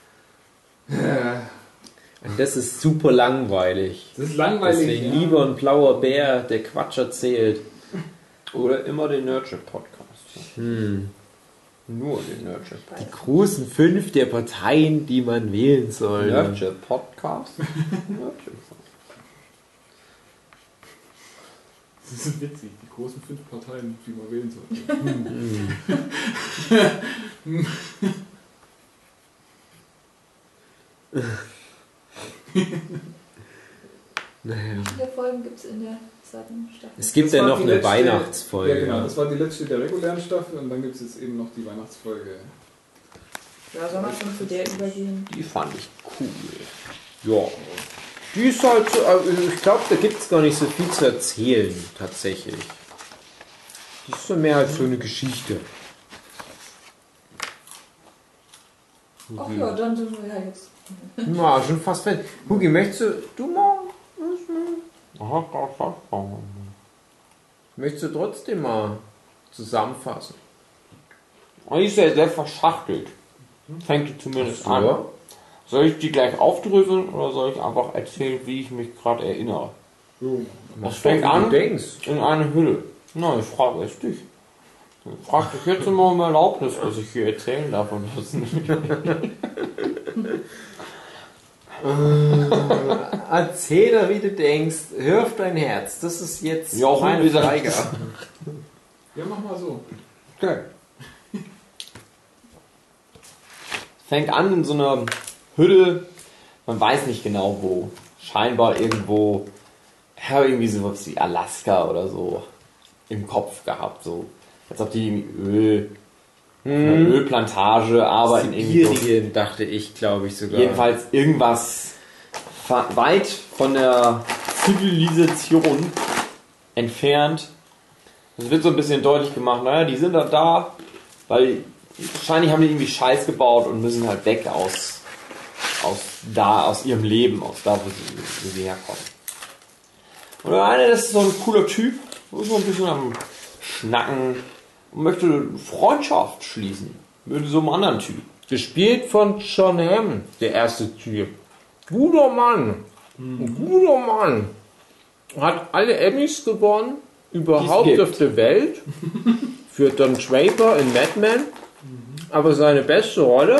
Und das ist super langweilig. Das ist langweilig. Deswegen lieber ein blauer Bär, der Quatsch erzählt. Oder immer den Nerdship-Podcast. Nur den Nerdship-Podcast. Die großen 5 der Parteien, die man wählen soll. Nerdship-Podcast? Das ist witzig, die großen 5 Parteien, die man wählen sollte. Naja. Wie viele Folgen gibt es in der zweiten Staffel? Es gibt ja noch eine Weihnachtsfolge. Ja, genau, das war die letzte der regulären Staffel und dann gibt es jetzt eben noch die Weihnachtsfolge. Ja, sollen wir schon zu der übergehen? Die fand ich cool. Ja. Die ist halt so, ich glaube, da gibt es gar nicht so viel zu erzählen, tatsächlich. Die ist so mehr als so eine Geschichte. Ach ja, dann sind wir ja jetzt. Na, schon fast fertig. Hugi, möchtest du mal? Möchtest du trotzdem mal zusammenfassen? Die ist ja sehr verschachtelt. Fängt die zumindest an. Ja. Soll ich die gleich aufdröseln oder soll ich einfach erzählen, wie ich mich gerade erinnere? Das fängt an in eine Hülle. Na, ich frage erst dich. Ich frage dich jetzt immer um Erlaubnis, was ich hier erzählen darf und was nicht. Erzähl doch, wie du denkst. Hör auf dein Herz. Das ist jetzt meine Freigabe. Ja, mach mal so. Okay. Fängt an in so einer Hütte, man weiß nicht genau wo. Scheinbar irgendwo, ja, irgendwie sowas wie Alaska oder so im Kopf gehabt. So. Als ob die eine Ölplantage arbeiten. Sibirien, dachte ich, glaube ich sogar. Jedenfalls irgendwas weit von der Zivilisation entfernt. Es wird so ein bisschen deutlich gemacht, naja, die sind da, weil wahrscheinlich haben die irgendwie Scheiß gebaut und müssen halt weg aus ihrem Leben, aus da, wo sie herkommen. Und der eine, das ist so ein cooler Typ, so ein bisschen am Schnacken und möchte Freundschaft schließen Mit so einem anderen Typ. Gespielt von John Hamm, der erste Typ. Guter Mann. Ein guter Mann. Hat alle Emmys gewonnen, überhaupt auf der Welt. Für Don Draper in Mad Men. Aber seine beste Rolle,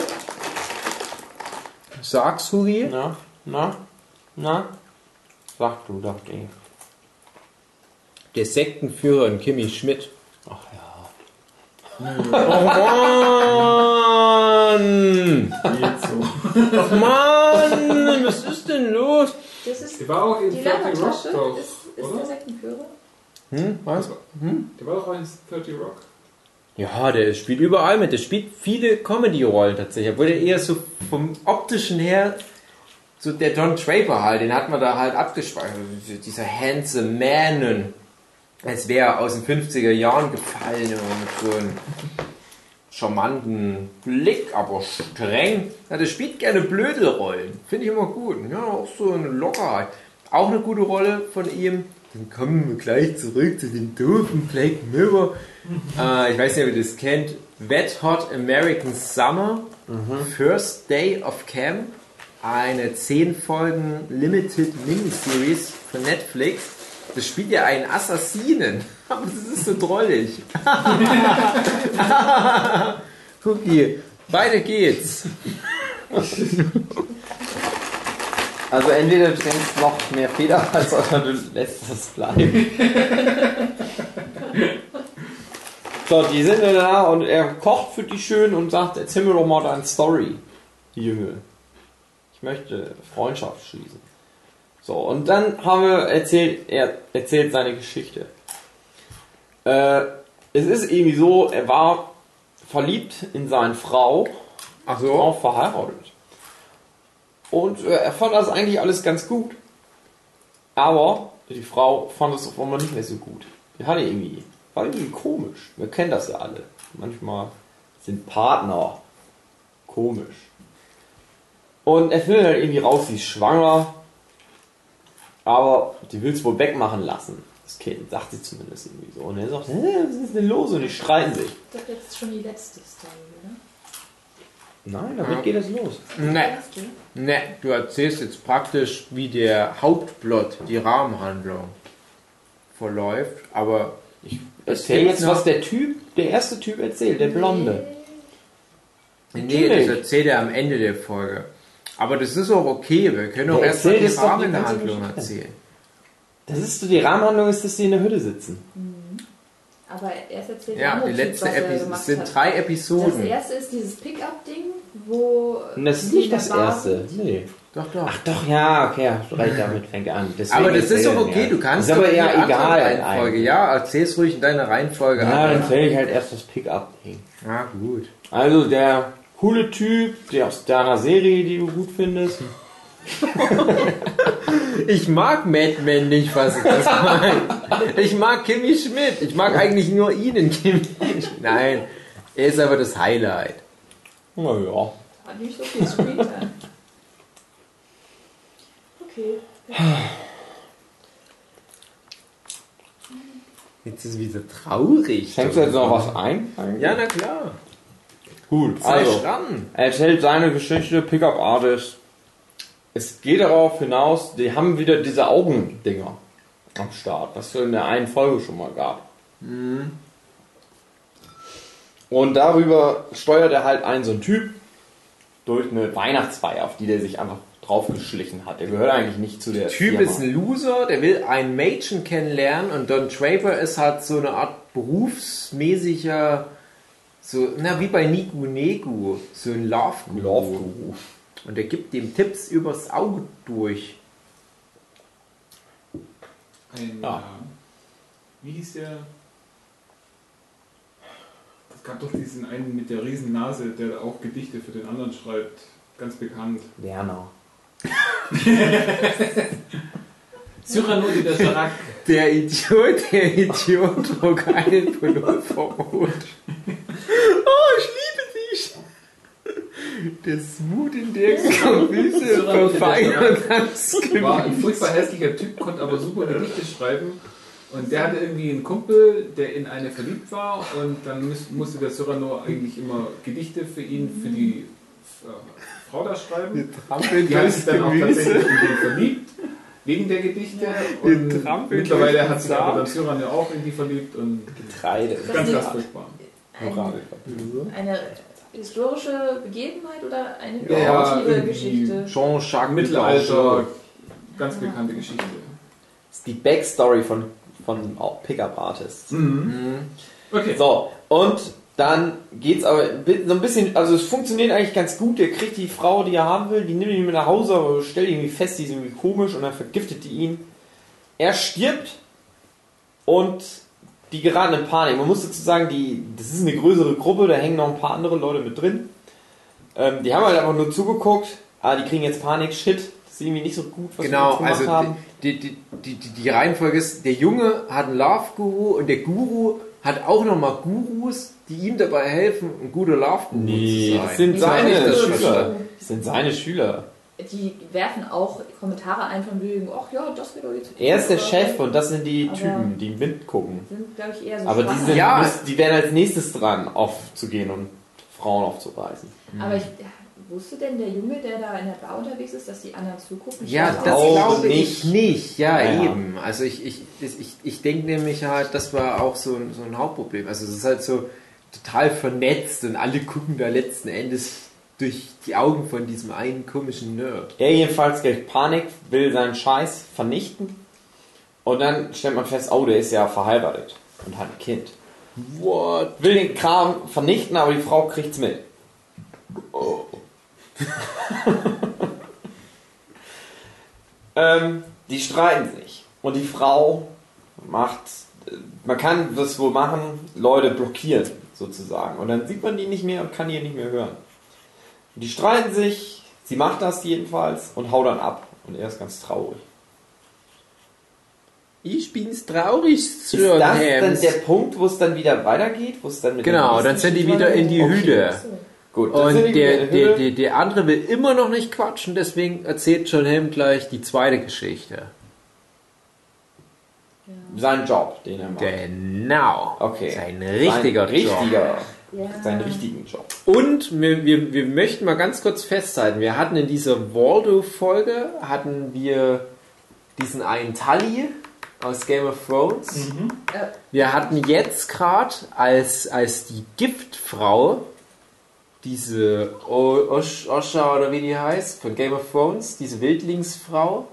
sagst du die? Na? Sag du doch, ey. Der Sektenführer in Kimmy Schmidt. Ach ja. Oh Mann! Ach Mann! Was ist denn los? Das ist Der war auch in die 30 Rock Lammertasche. drauf, Ist oder? der Sektenführer? Was? Der war doch auch in 30 Rock. Ja, der spielt überall mit. Der spielt viele Comedy-Rollen tatsächlich. Obwohl der eher so vom optischen her, so der Don Draper halt, den hat man da halt abgespeichert. Dieser handsome Man, als wäre er aus den 50er Jahren gefallen, mit so einem charmanten Blick, aber streng. Ja, der spielt gerne blöde Rollen. Finde ich immer gut. Ja, auch so eine Lockerheit. Auch eine gute Rolle von ihm. Dann kommen wir gleich zurück zu den doofen Black Mirror. Ich weiß nicht, ob ihr das kennt. Wet Hot American Summer, First Day of Camp. Eine 10 Folgen Limited Miniseries von Netflix. Das spielt ja einen Assassinen. Aber das ist so drollig. Guck hier, weiter geht's. Also entweder du trinkst noch mehr Federweiß oder du lässt das bleiben. So, die sind dann da und er kocht für die schön und sagt, erzähl mir doch mal deine Story, Junge. Ich möchte Freundschaft schließen. So, und dann er erzählt seine Geschichte. Es ist irgendwie so, er war verliebt in seine Frau, auch verheiratet. Und er fand das eigentlich alles ganz gut. Aber die Frau fand es auf einmal nicht mehr so gut. Die hatte war irgendwie komisch. Wir kennen das ja alle. Manchmal sind Partner komisch. Und er findet halt irgendwie raus, sie ist schwanger. Aber die will es wohl wegmachen lassen. Das Kind, sagt sie zumindest irgendwie so. Und er sagt, was ist denn los? Und die streiten sich. Das ist jetzt schon die letzte Story, oder? Nein, damit geht es los. Ne, du erzählst jetzt praktisch, wie der Hauptplot, die Rahmenhandlung verläuft, aber Ich erzähle jetzt, was der erste Typ erzählt, der Blonde. Nee, das erzählt er am Ende der Folge. Aber das ist auch okay, wir können auch erst mal die Rahmenhandlung erzählen. Das ist so, die Rahmenhandlung ist, dass sie in der Hütte sitzen. Aber erst erzählt Ja, die letzte Episode, es sind 3 Episoden. Das erste ist dieses Pickup-Ding, wo... Und das ist nicht das erste. Nee. Doch. Ach doch, ja, okay, recht damit fängt an. Deswegen Aber das ist doch okay, ja. du kannst ist aber doch ja in eine andere egal. Reihenfolge. eigentlich. Ja, erzähl's ruhig in deiner Reihenfolge Ja, ab. dann zähle ich halt erst das Pickup-Ding. Ja, gut. Also der coole Typ, der aus deiner Serie, die du gut findest. Ich mag Mad Men nicht, was ich das meine. Ich mag Kimmy Schmidt. Ich mag eigentlich nur ihn in Kimmy Schmidt. Nein, er ist aber das Highlight. Naja. Hat nicht so viel Screentime. Okay. Jetzt ist es wieder traurig. Schenkst du jetzt noch was ein? Ja, na klar. Gut, Sei also dran. er erzählt seine Geschichte, Pickup Artist. Es geht darauf hinaus, die haben wieder diese Augendinger am Start, was es in der einen Folge schon mal gab. Und darüber steuert er halt so einen Typ durch eine Weihnachtsfeier, auf die der sich einfach draufgeschlichen hat. Der gehört eigentlich nicht zu der Typ Firma. ist ein Loser, der will ein Mädchen kennenlernen und Don Draper ist halt so eine Art berufsmäßiger, so, wie bei Nigu Negu, so ein Love-Guru. Und er gibt dem Tipps übers Auge durch. Wie hieß der? Es gab doch diesen einen mit der riesen Nase, der auch Gedichte für den anderen schreibt. Ganz bekannt. Werner. Cyrano de Bergerac. Der Idiot trug einen Pullover rot. Oh, ich liebe dich! Der Smooth in der Füße verfeinert ganz War ein furchtbar hässlicher Typ, konnte aber super Gedichte schreiben Und der hatte irgendwie einen Kumpel, der in eine verliebt war und dann musste der Cyrano eigentlich immer Gedichte für ihn, für die Frau da schreiben. Die hat sich dann auch tatsächlich in den verliebt, wegen der Gedichte. Und mittlerweile hat sich aber dann Cyrano auch in die verliebt und Getreide. ganz furchtbar. Eine historische Begebenheit oder eine Ja, fiktive irgendwie Geschichte? Jean-Jacques Mittelalter, ganz bekannte Geschichte. Das ist die Backstory von Pickup-Artists. Okay. So, und dann geht's aber so ein bisschen, also es funktioniert eigentlich ganz gut. Der kriegt die Frau, die er haben will, die nimmt ihn mit nach Hause, aber stellt ihn irgendwie fest, die ist irgendwie komisch und dann vergiftet die ihn. Er stirbt und die geraten in Panik. Man muss dazu sagen, das ist eine größere Gruppe, da hängen noch ein paar andere Leute mit drin. Die haben halt einfach nur zugeguckt, die kriegen jetzt Panik, shit, das ist irgendwie nicht so gut, was wir jetzt gemacht haben. Die Reihenfolge ist, der Junge hat einen Love-Guru und der Guru hat auch nochmal Gurus, die ihm dabei helfen, ein guter Love-Guru zu sein. Das sind seine Schüler. Das sind seine Schüler. Die werfen auch Kommentare ein von wegen, ach ja, das wird doch jetzt... Er ist der Chef und das sind die Typen, die mitgucken. Sind, glaube ich, eher so Aber Schwache. die werden als nächstes dran, aufzugehen und Frauen aufzureißen. Aber wusste denn der Junge, der da in der Bar unterwegs ist, dass die anderen zugucken? Ja, Ich das glaube glaube ich nicht. Ja, Ja. eben. Also ich denke nämlich halt, das war auch so ein Hauptproblem. Also es ist halt so total vernetzt und alle gucken da letzten Endes durch die Augen von diesem einen komischen Nerd. Er jedenfalls kriegt Panik, will seinen Scheiß vernichten und dann stellt man fest, oh, der ist ja verheiratet und hat ein Kind. What? Will den Kram vernichten, aber die Frau kriegt's mit. Oh. Die streiten sich und die Frau macht, man kann das wohl machen, Leute blockieren sozusagen und dann sieht man die nicht mehr und kann die nicht mehr hören. Und die streiten sich, sie macht das jedenfalls und haut dann ab und er ist ganz traurig. Ich bin's traurig, Ist das dann der Punkt, wo es dann wieder weitergeht? Wo es dann mit Genau, dann sind die wieder in die Hütte. Gut, dann sind Und die wieder in der Hütte. der andere will immer noch nicht quatschen, deswegen erzählt John Hamm gleich die zweite Geschichte. Sein Job, den er macht. Genau. Okay. Sein richtiger Job. Seinen richtigen Job. Und wir möchten mal ganz kurz festhalten, wir hatten in dieser Waldo-Folge, hatten wir diesen einen Tully aus Game of Thrones. Wir hatten jetzt gerade als die Giftfrau diese Osha oder wie die heißt, von Game of Thrones, diese Wildlingsfrau.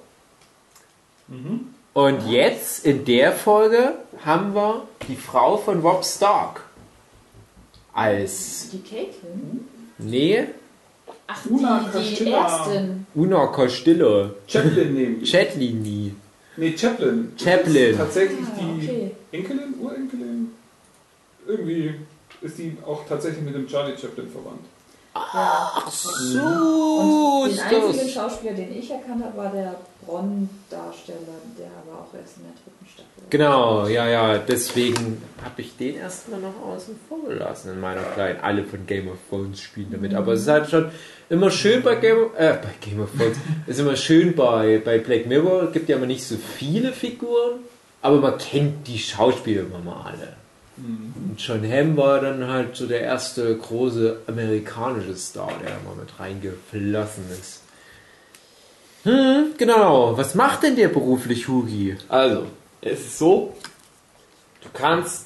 Und jetzt in der Folge haben wir die Frau von Robb Stark als... Die Caitlin? Nee, Ach, Una die Costello. Ärztin. Una Costello. Chaplin nehmen. Chatlini. Nee, Chaplin. Chaplin. Das ist tatsächlich die Okay. Enkelin, Urenkelin. Irgendwie ist die auch tatsächlich mit dem Charlie Chaplin verwandt. Ach so, Und den ist einzigen das. Schauspieler, den ich erkannt habe, war der Bronn-Darsteller. Der war auch erst in der 3. Staffel. Genau, ja, deswegen habe ich den erstmal noch außen vor gelassen in meiner kleinen. Alle von Game of Thrones spielen damit, aber es ist halt schon immer schön bei Game of Thrones, ist immer schön bei Black Mirror, es gibt ja immer nicht so viele Figuren, aber man kennt die Schauspieler immer mal alle. Und John Hamm war dann halt so der erste große amerikanische Star, der mal mit reingeflossen ist. Genau. Was macht denn der beruflich, Hugi? Also, es ist so, du kannst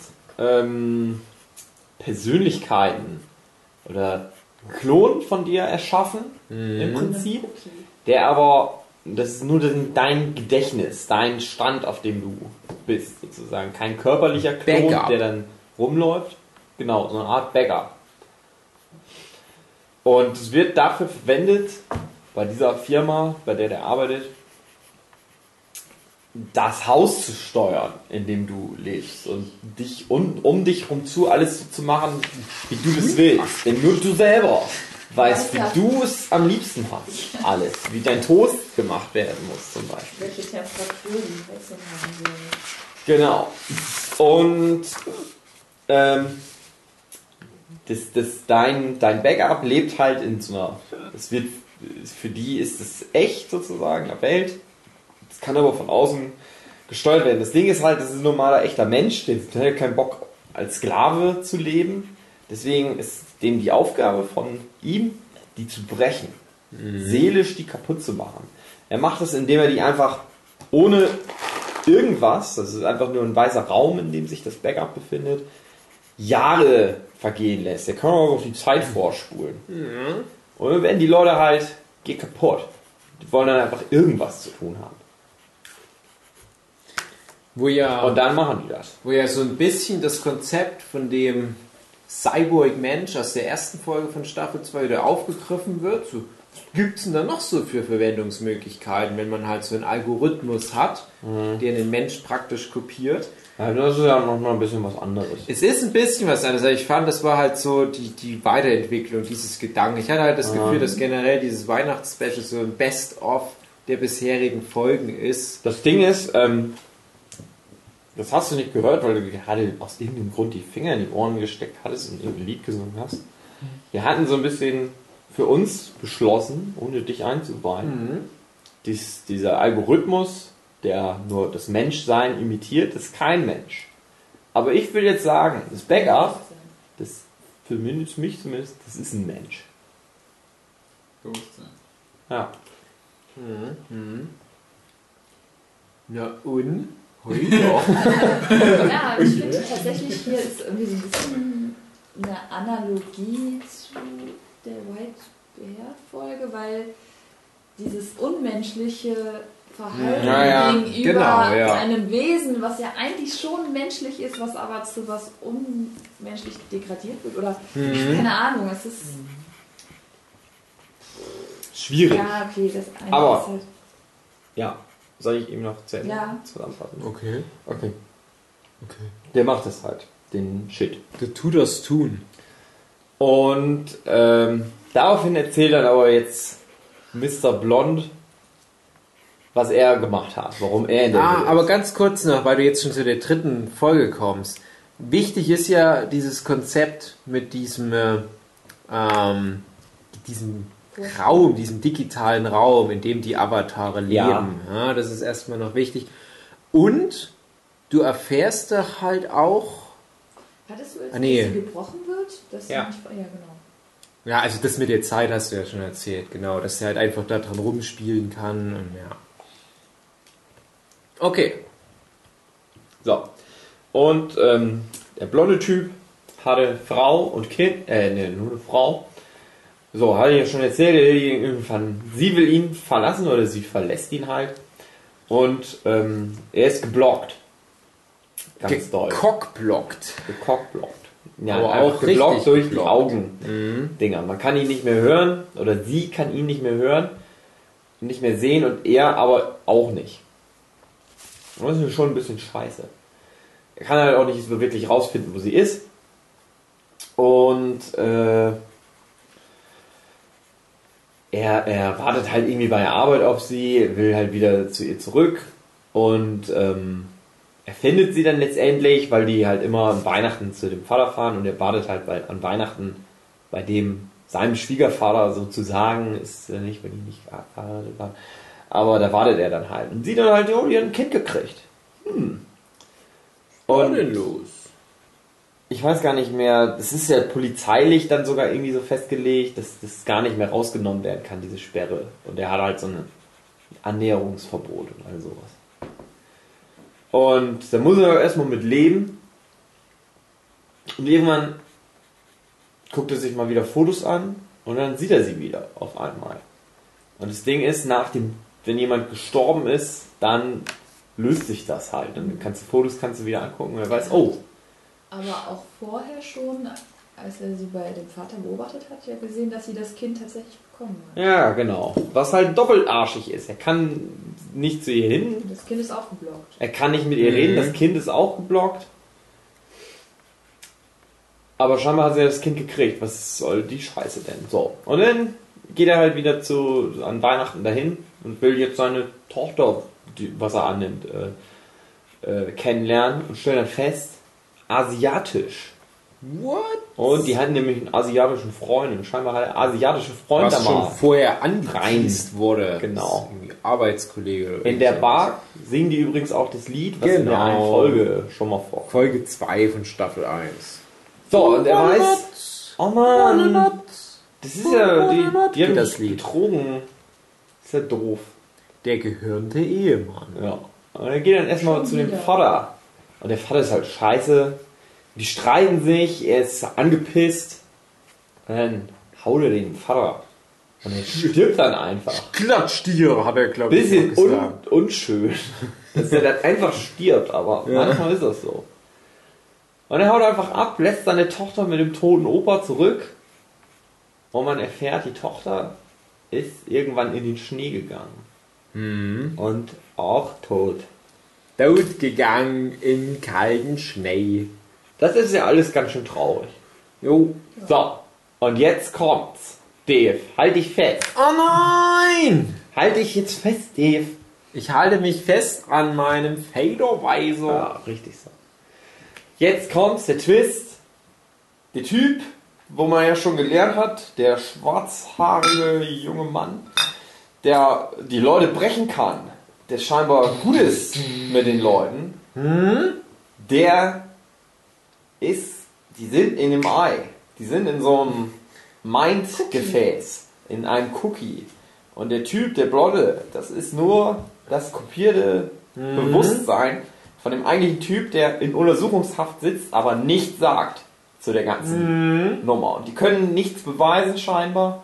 Persönlichkeiten oder Klon von dir erschaffen, im Prinzip, der aber, das ist nur dein Gedächtnis, dein Stand, auf dem du bist, sozusagen. Kein körperlicher Klon, Backup. der dann rumläuft. Genau, so eine Art Backup. Und es wird dafür verwendet, bei dieser Firma, bei der arbeitet, das Haus zu steuern, in dem du lebst und dich um dich herum zu alles so zu machen, wie du es willst. Denn nur du selber weißt, wie du es am liebsten hast. Alles. Wie dein Toast gemacht werden muss zum Beispiel. Welche Temperatur die wechseln haben will. Genau. Und dein Backup lebt halt in so einer, für die ist es echt sozusagen, eine Welt. Es kann aber von außen gesteuert werden. Das Ding ist halt, das ist ein normaler, echter Mensch, der hat keinen Bock als Sklave zu leben. Deswegen ist dem die Aufgabe von ihm, die zu brechen. Seelisch die kaputt zu machen. Er macht das, indem er die einfach ohne irgendwas, das ist einfach nur ein weißer Raum, in dem sich das Backup befindet, Jahre vergehen lässt. Er kann auch auf die Zeit vorspulen. Und dann werden die Leute halt, geht kaputt. Die wollen dann einfach irgendwas zu tun haben. Und dann machen die das. Wo ja so ein bisschen das Konzept von dem Cyborg-Mensch aus der ersten Folge von Staffel 2 wieder aufgegriffen wird. So, was gibt es denn da noch so für Verwendungsmöglichkeiten, wenn man halt so einen Algorithmus hat, der den Mensch praktisch kopiert? Ja, das ist ja noch mal ein bisschen was anderes. Es ist ein bisschen was anderes. Ich fand, das war halt so die Weiterentwicklung dieses Gedanken. Ich hatte halt das Gefühl, dass generell dieses Weihnachtsspecial so ein Best-of der bisherigen Folgen ist. Das Ding ist, das hast du nicht gehört, weil du gerade aus irgendeinem Grund die Finger in die Ohren gesteckt hattest und irgendein Lied gesungen hast. Wir hatten so ein bisschen für uns beschlossen, ohne dich einzuweihen, dieser Algorithmus, der nur das Menschsein imitiert, ist kein Mensch. Aber ich will jetzt sagen, das Backup, das für mich zumindest, das ist ein Mensch. Bewusstsein. Ja. Na und? Ja, ich finde tatsächlich, hier ist irgendwie so ein bisschen eine Analogie zu der White Bear-Folge, weil dieses unmenschliche Verhalten gegenüber einem Wesen, was ja eigentlich schon menschlich ist, was aber zu was unmenschlich degradiert wird. Oder keine Ahnung, es ist schwierig. Ja, okay, das eine aber ist halt. Ja, soll ich ihm noch zu Ende zusammenfassen? Okay. Der macht es halt, den Shit. Der tut das tun. Und daraufhin erzählt dann aber jetzt Mr. Blond, was er gemacht hat, warum er in der Welt ist. Aber ganz kurz noch, weil du jetzt schon zu der dritten Folge kommst. Wichtig ist ja dieses Konzept mit diesem Raum, diesem digitalen Raum, in dem die Avatare leben. Ja, das ist erstmal noch wichtig. Und du erfährst da halt auch... Hattest du jetzt, dass sie gebrochen wird? Das ja. Nicht, ja, genau. Ja, also das mit der Zeit hast du ja schon erzählt, genau, dass er halt einfach da dran rumspielen kann und ja. Okay. So. Und der blonde Typ hatte Frau und Kind, nur eine Frau. So, hatte ich ja schon erzählt, irgendwann, sie will ihn verlassen oder sie verlässt ihn halt. Und er ist geblockt. Ganz doll. Gecockblockt. Ja, aber auch geblockt durch die Augen. Dinger. Man kann ihn nicht mehr hören oder sie kann ihn nicht mehr hören, nicht mehr sehen und er aber auch nicht. Und das ist schon ein bisschen scheiße. Er kann halt auch nicht so wirklich rausfinden, wo sie ist. Und er wartet halt irgendwie bei der Arbeit auf sie, will halt wieder zu ihr zurück und er findet sie dann letztendlich, weil die halt immer an Weihnachten zu dem Vater fahren und er wartet halt an Weihnachten bei seinem Schwiegervater sozusagen, ist er nicht, wenn die nicht verheiratet waren, aber da wartet er dann halt und sieht dann halt, die hat ein Kind gekriegt. Und denn los? Ich weiß gar nicht mehr, das ist ja polizeilich dann sogar irgendwie so festgelegt, dass das gar nicht mehr rausgenommen werden kann, diese Sperre. Und er hat halt so ein Annäherungsverbot und all sowas. Und da muss er erstmal mit leben. Und irgendwann guckt er sich mal wieder Fotos an und dann sieht er sie wieder auf einmal. Und das Ding ist, wenn jemand gestorben ist, dann löst sich das halt. Dann kannst du wieder angucken und er weiß, oh. Aber auch vorher schon, als er sie bei dem Vater beobachtet hat, ja gesehen, dass sie das Kind tatsächlich bekommen hat. Ja, genau. Was halt doppelarschig ist. Er kann nicht zu ihr hin. Das Kind ist auch geblockt. Er kann nicht mit ihr reden. Das Kind ist auch geblockt. Aber scheinbar hat sie das Kind gekriegt. Was soll die Scheiße denn? So. Und dann geht er halt wieder an Weihnachten dahin und will jetzt seine Tochter, was er annimmt, kennenlernen und stellt dann fest, asiatisch. What? Und die hatten nämlich einen asiatischen Freund und scheinbar hat er asiatische Freunde was schon vorher angeteased wurde. Genau. Arbeitskollege. In der Bar singen die übrigens auch das Lied, was in der einen Folge schon mal vorkommt. Folge 2 von Staffel 1. So, und er weiß, oh Mann, das ist ja, die haben das das Lied. betrogen. Ist ja doof. Der gehörnte Ehemann. Ja. Und er geht dann erstmal Schon zu dem wieder. Vater. Und der Vater ist halt scheiße. Die streiten sich, er ist angepisst. Und dann haut er den Vater. Und er stirbt dann einfach. Klatschtier, hat er, glaube ich, Bisschen gesagt. unschön, dass er dann einfach stirbt, aber manchmal ist das so. Und er haut einfach ab, lässt seine Tochter mit dem toten Opa zurück. Und man erfährt, die Tochter ist irgendwann in den Schnee gegangen. Und auch tot. Tot gegangen in kalten Schnee. Das ist ja alles ganz schön traurig. Jo. So, und jetzt kommt's. Dave, halt dich fest. Oh nein! Halt dich jetzt fest, Dave. Ich halte mich fest an meinem Faderweiser. Ja, richtig so. Jetzt kommt's, der Twist. Der Typ, wo man ja schon gelernt hat, der schwarzhaarige junge Mann, der die Leute brechen kann, der scheinbar gut ist mit den Leuten, der ist, die sind in dem Ei. Die sind in so einem Mind-Gefäß, in einem Cookie. Und der Typ, der Blonde, das ist nur das kopierte Bewusstsein von dem eigentlichen Typ, der in Untersuchungshaft sitzt, aber nichts sagt zu der ganzen Nummer. Und die können nichts beweisen scheinbar.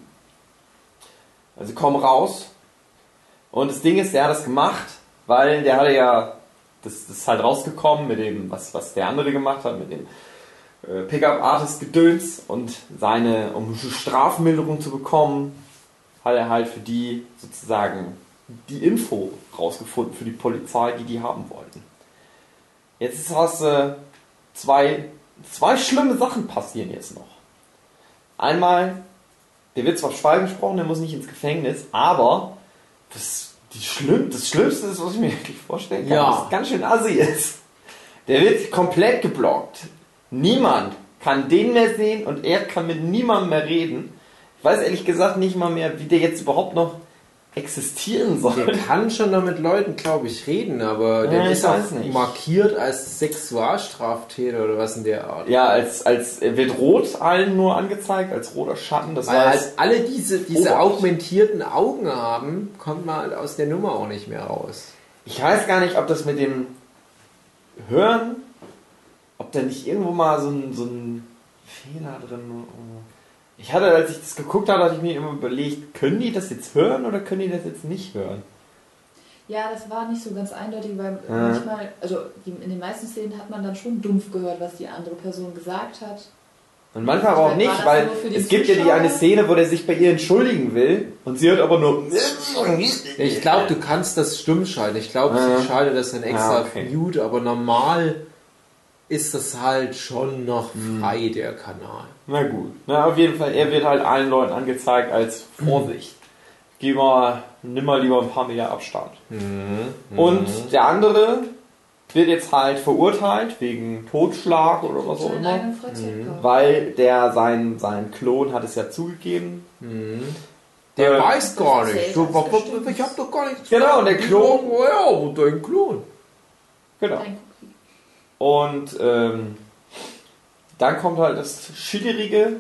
Also kommen raus. Und das Ding ist, der hat das gemacht, weil der hatte ja, das ist halt rausgekommen mit dem, was der andere gemacht hat, mit dem Pickup-Artist-Gedöns, und um Strafmilderung zu bekommen, hat er halt für die sozusagen die Info rausgefunden für die Polizei, die haben wollten. Jetzt hast du zwei schlimme Sachen passieren jetzt noch. Einmal, der wird zwar freigesprochen, der muss nicht ins Gefängnis, aber das Schlimmste ist, was ich mir wirklich vorstellen kann, Ja. was ganz schön assi ist. Der wird komplett geblockt. Niemand kann den mehr sehen und er kann mit niemandem mehr reden. Ich weiß ehrlich gesagt nicht mal mehr, wie der jetzt überhaupt noch existieren soll. Der kann schon noch mit Leuten, glaube ich, reden, aber Ja, der ich ist auch weiß nicht. markiert als Sexualstraftäter oder was in der Art. Ja, er wird rot allen nur angezeigt, als roter Schatten. Das Weil war halt alle diese Obacht. augmentierten Augen haben, kommt man halt aus der Nummer auch nicht mehr raus. Ich weiß gar nicht, ob das mit dem Hören, ob da nicht irgendwo mal so ein Fehler drin war. Ich hatte, als ich das geguckt habe, hatte ich mir immer überlegt, können die das jetzt hören oder können die das jetzt nicht hören? Ja, das war nicht so ganz eindeutig, weil manchmal, also in den meisten Szenen hat man dann schon dumpf gehört, was die andere Person gesagt hat. Und manchmal aber auch Vielleicht war nicht, das weil nur für die es gibt ja die Zuschauer. eine Szene, wo der sich bei ihr entschuldigen will und sie hört aber nur... Ich glaube, du kannst das stumm schalten. Ich glaube, sie schaltet das dann extra auf Mute, aber normal ist das halt schon noch frei, der Kanal. Na gut. Na, auf jeden Fall, er wird halt allen Leuten angezeigt als Vorsicht. Nimm mal lieber ein paar Meter Abstand. Und der andere wird jetzt halt verurteilt wegen Totschlag oder was auch Schon in immer. einem Freizeitpark. Weil sein Klon hat es ja zugegeben. Der Äh, weiß gar nicht. zählt So, das bestimmt. ich hab doch gar nichts Genau, gesagt. und der Klon- Ja, und dein Klon. Genau. Ein Cookie. Und dann kommt halt das Schwierige.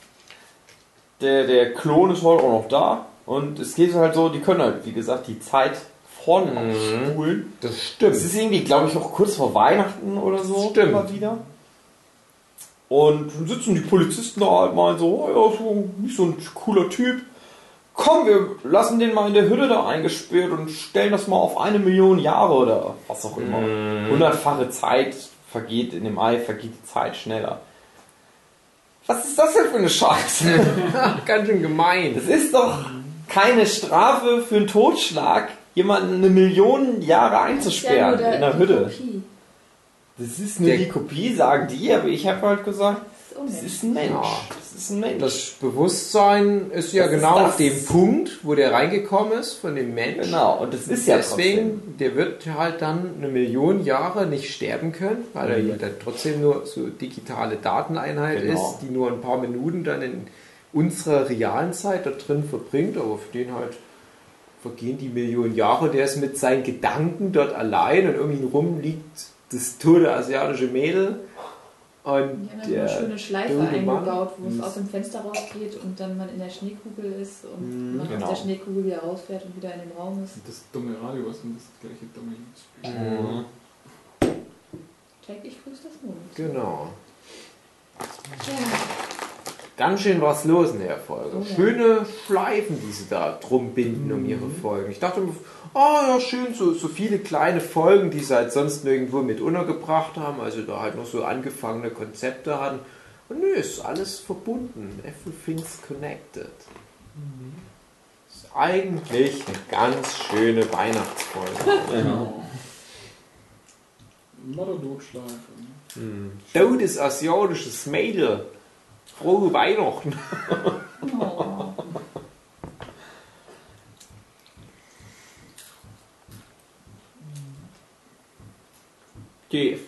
Der Klon ist halt auch noch da. Und es geht halt so, die können halt, wie gesagt, die Zeit vorne spulen. Das stimmt. Es ist irgendwie, glaube ich, auch kurz vor Weihnachten oder so. Stimmt. Immer wieder. Und dann sitzen die Polizisten da halt mal so, oh ja, so nicht so ein cooler Typ. Komm, wir lassen den mal in der Hütte da eingesperrt und stellen das mal auf 1 Million Jahre oder was auch immer. 100-fache Zeit vergeht in dem Ei, vergeht die Zeit schneller. Was ist das denn für eine Scheiße? Ganz schön gemein. Das ist doch keine Strafe für einen Totschlag, jemanden 1 Million Jahre einzusperren in der Hütte. Kopie. Das ist nur die Kopie, sagen die, aber ich habe halt gesagt, Das das ist ist ein Mensch. Ja. Das ist ein Mensch. Das Bewusstsein ist ja Das ist genau das. auf dem Punkt, wo der reingekommen ist von dem Mensch. Genau, und das ist ja trotzdem. Deswegen, der wird halt dann 1 Million Jahre nicht sterben können, weil er ja dann trotzdem nur so digitale Dateneinheit Genau. ist, die nur ein paar Minuten dann in unserer realen Zeit da drin verbringt, aber für den halt vergehen die Millionen Jahre, der ist mit seinen Gedanken dort allein und um ihn rum liegt das tote asiatische Mädel. Und die haben eine schöne Schleife eingebaut, wo es Mann. aus dem Fenster rausgeht und dann man in der Schneekugel ist und man genau. aus der Schneekugel wieder rausfährt und wieder in dem Raum ist. Das dumme Radio, was und das gleiche dumme Lied spielt. Täglich grüßt das Mond. Genau. Ja. Ganz schön was los in der Folge. Oh ja. Schöne Schleifen, die sie da drum binden um ihre Folgen. Ich dachte, ja schön, so viele kleine Folgen, die sie halt sonst nirgendwo mit untergebracht haben, also da halt noch so angefangene Konzepte hatten. Und nö, ist alles verbunden. Everything's connected. Ist eigentlich eine ganz schöne Weihnachtsfolge. Genau. Motto Totschleife. Totes asiatisches Mädel. Frohe Weihnachten. Oh. Dave,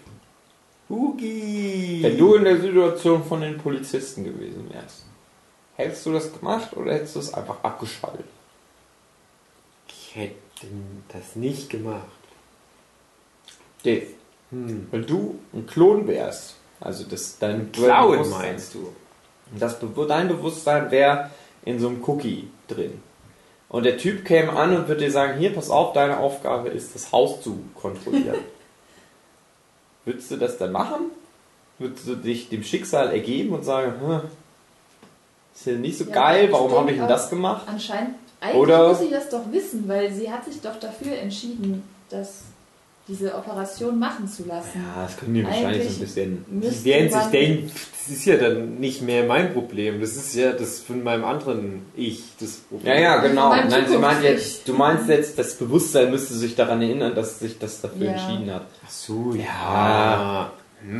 Hugi. wenn du in der Situation von den Polizisten gewesen wärst, hättest du das gemacht oder hättest du es einfach abgeschaltet? Ich hätte das nicht gemacht. Dave, wenn du ein Klon wärst, also dein Klauen Bewusstsein- meinst du? dein Bewusstsein wäre in so einem Cookie drin. Und der Typ käme an und würde dir sagen, hier, pass auf, deine Aufgabe ist, das Haus zu kontrollieren. Würdest du das dann machen? Würdest du dich dem Schicksal ergeben und sagen, ist ja nicht so Ja, geil, ich warum habe denke ich denn auch, das gemacht? Anscheinend, eigentlich Oder- muss sie das doch wissen, weil sie hat sich doch dafür entschieden, diese Operation machen zu lassen. Ja, das können die wahrscheinlich so ein bisschen... Die Müsste werden sich man- denken, das ist ja dann nicht mehr mein Problem. Das ist ja das von meinem anderen Ich das Problem. Ja, ja, genau. Beim Nein, Zukunfts-Ich. du meinst jetzt, das Bewusstsein müsste sich daran erinnern, dass sich das dafür Ja. entschieden hat. Ach so, Ja.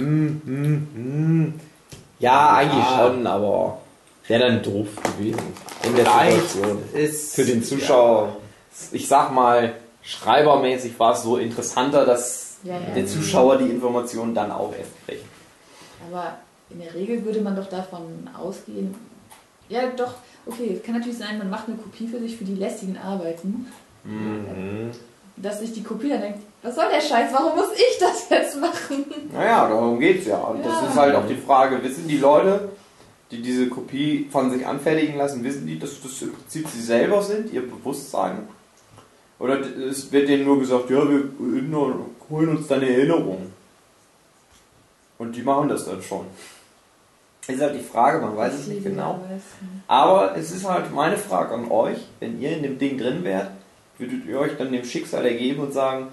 Ja, eigentlich schon, aber wäre dann doof gewesen in der Vielleicht Situation. ist Für den Zuschauer, ich sag mal, schreibermäßig war es so interessanter, dass Ja, ja. der Zuschauer die Informationen dann auch erst kriegt. Aber in der Regel würde man doch davon ausgehen, ja doch, okay, es kann natürlich sein, man macht eine Kopie für sich für die lästigen Arbeiten, dass sich die Kopie dann denkt, was soll der Scheiß, warum muss ich das jetzt machen? Naja, darum geht's ja. Und das Ja. ist halt auch die Frage, wissen die Leute, die diese Kopie von sich anfertigen lassen, wissen die, dass das im Prinzip sie selber sind, ihr Bewusstsein? Oder es wird denen nur gesagt, ja, wir holen uns deine Erinnerung. Und die machen das dann schon. Ist halt die Frage, man weiß es nicht genau. Aber es ist halt meine Frage an euch, wenn ihr in dem Ding drin wärt, würdet ihr euch dann dem Schicksal ergeben und sagen,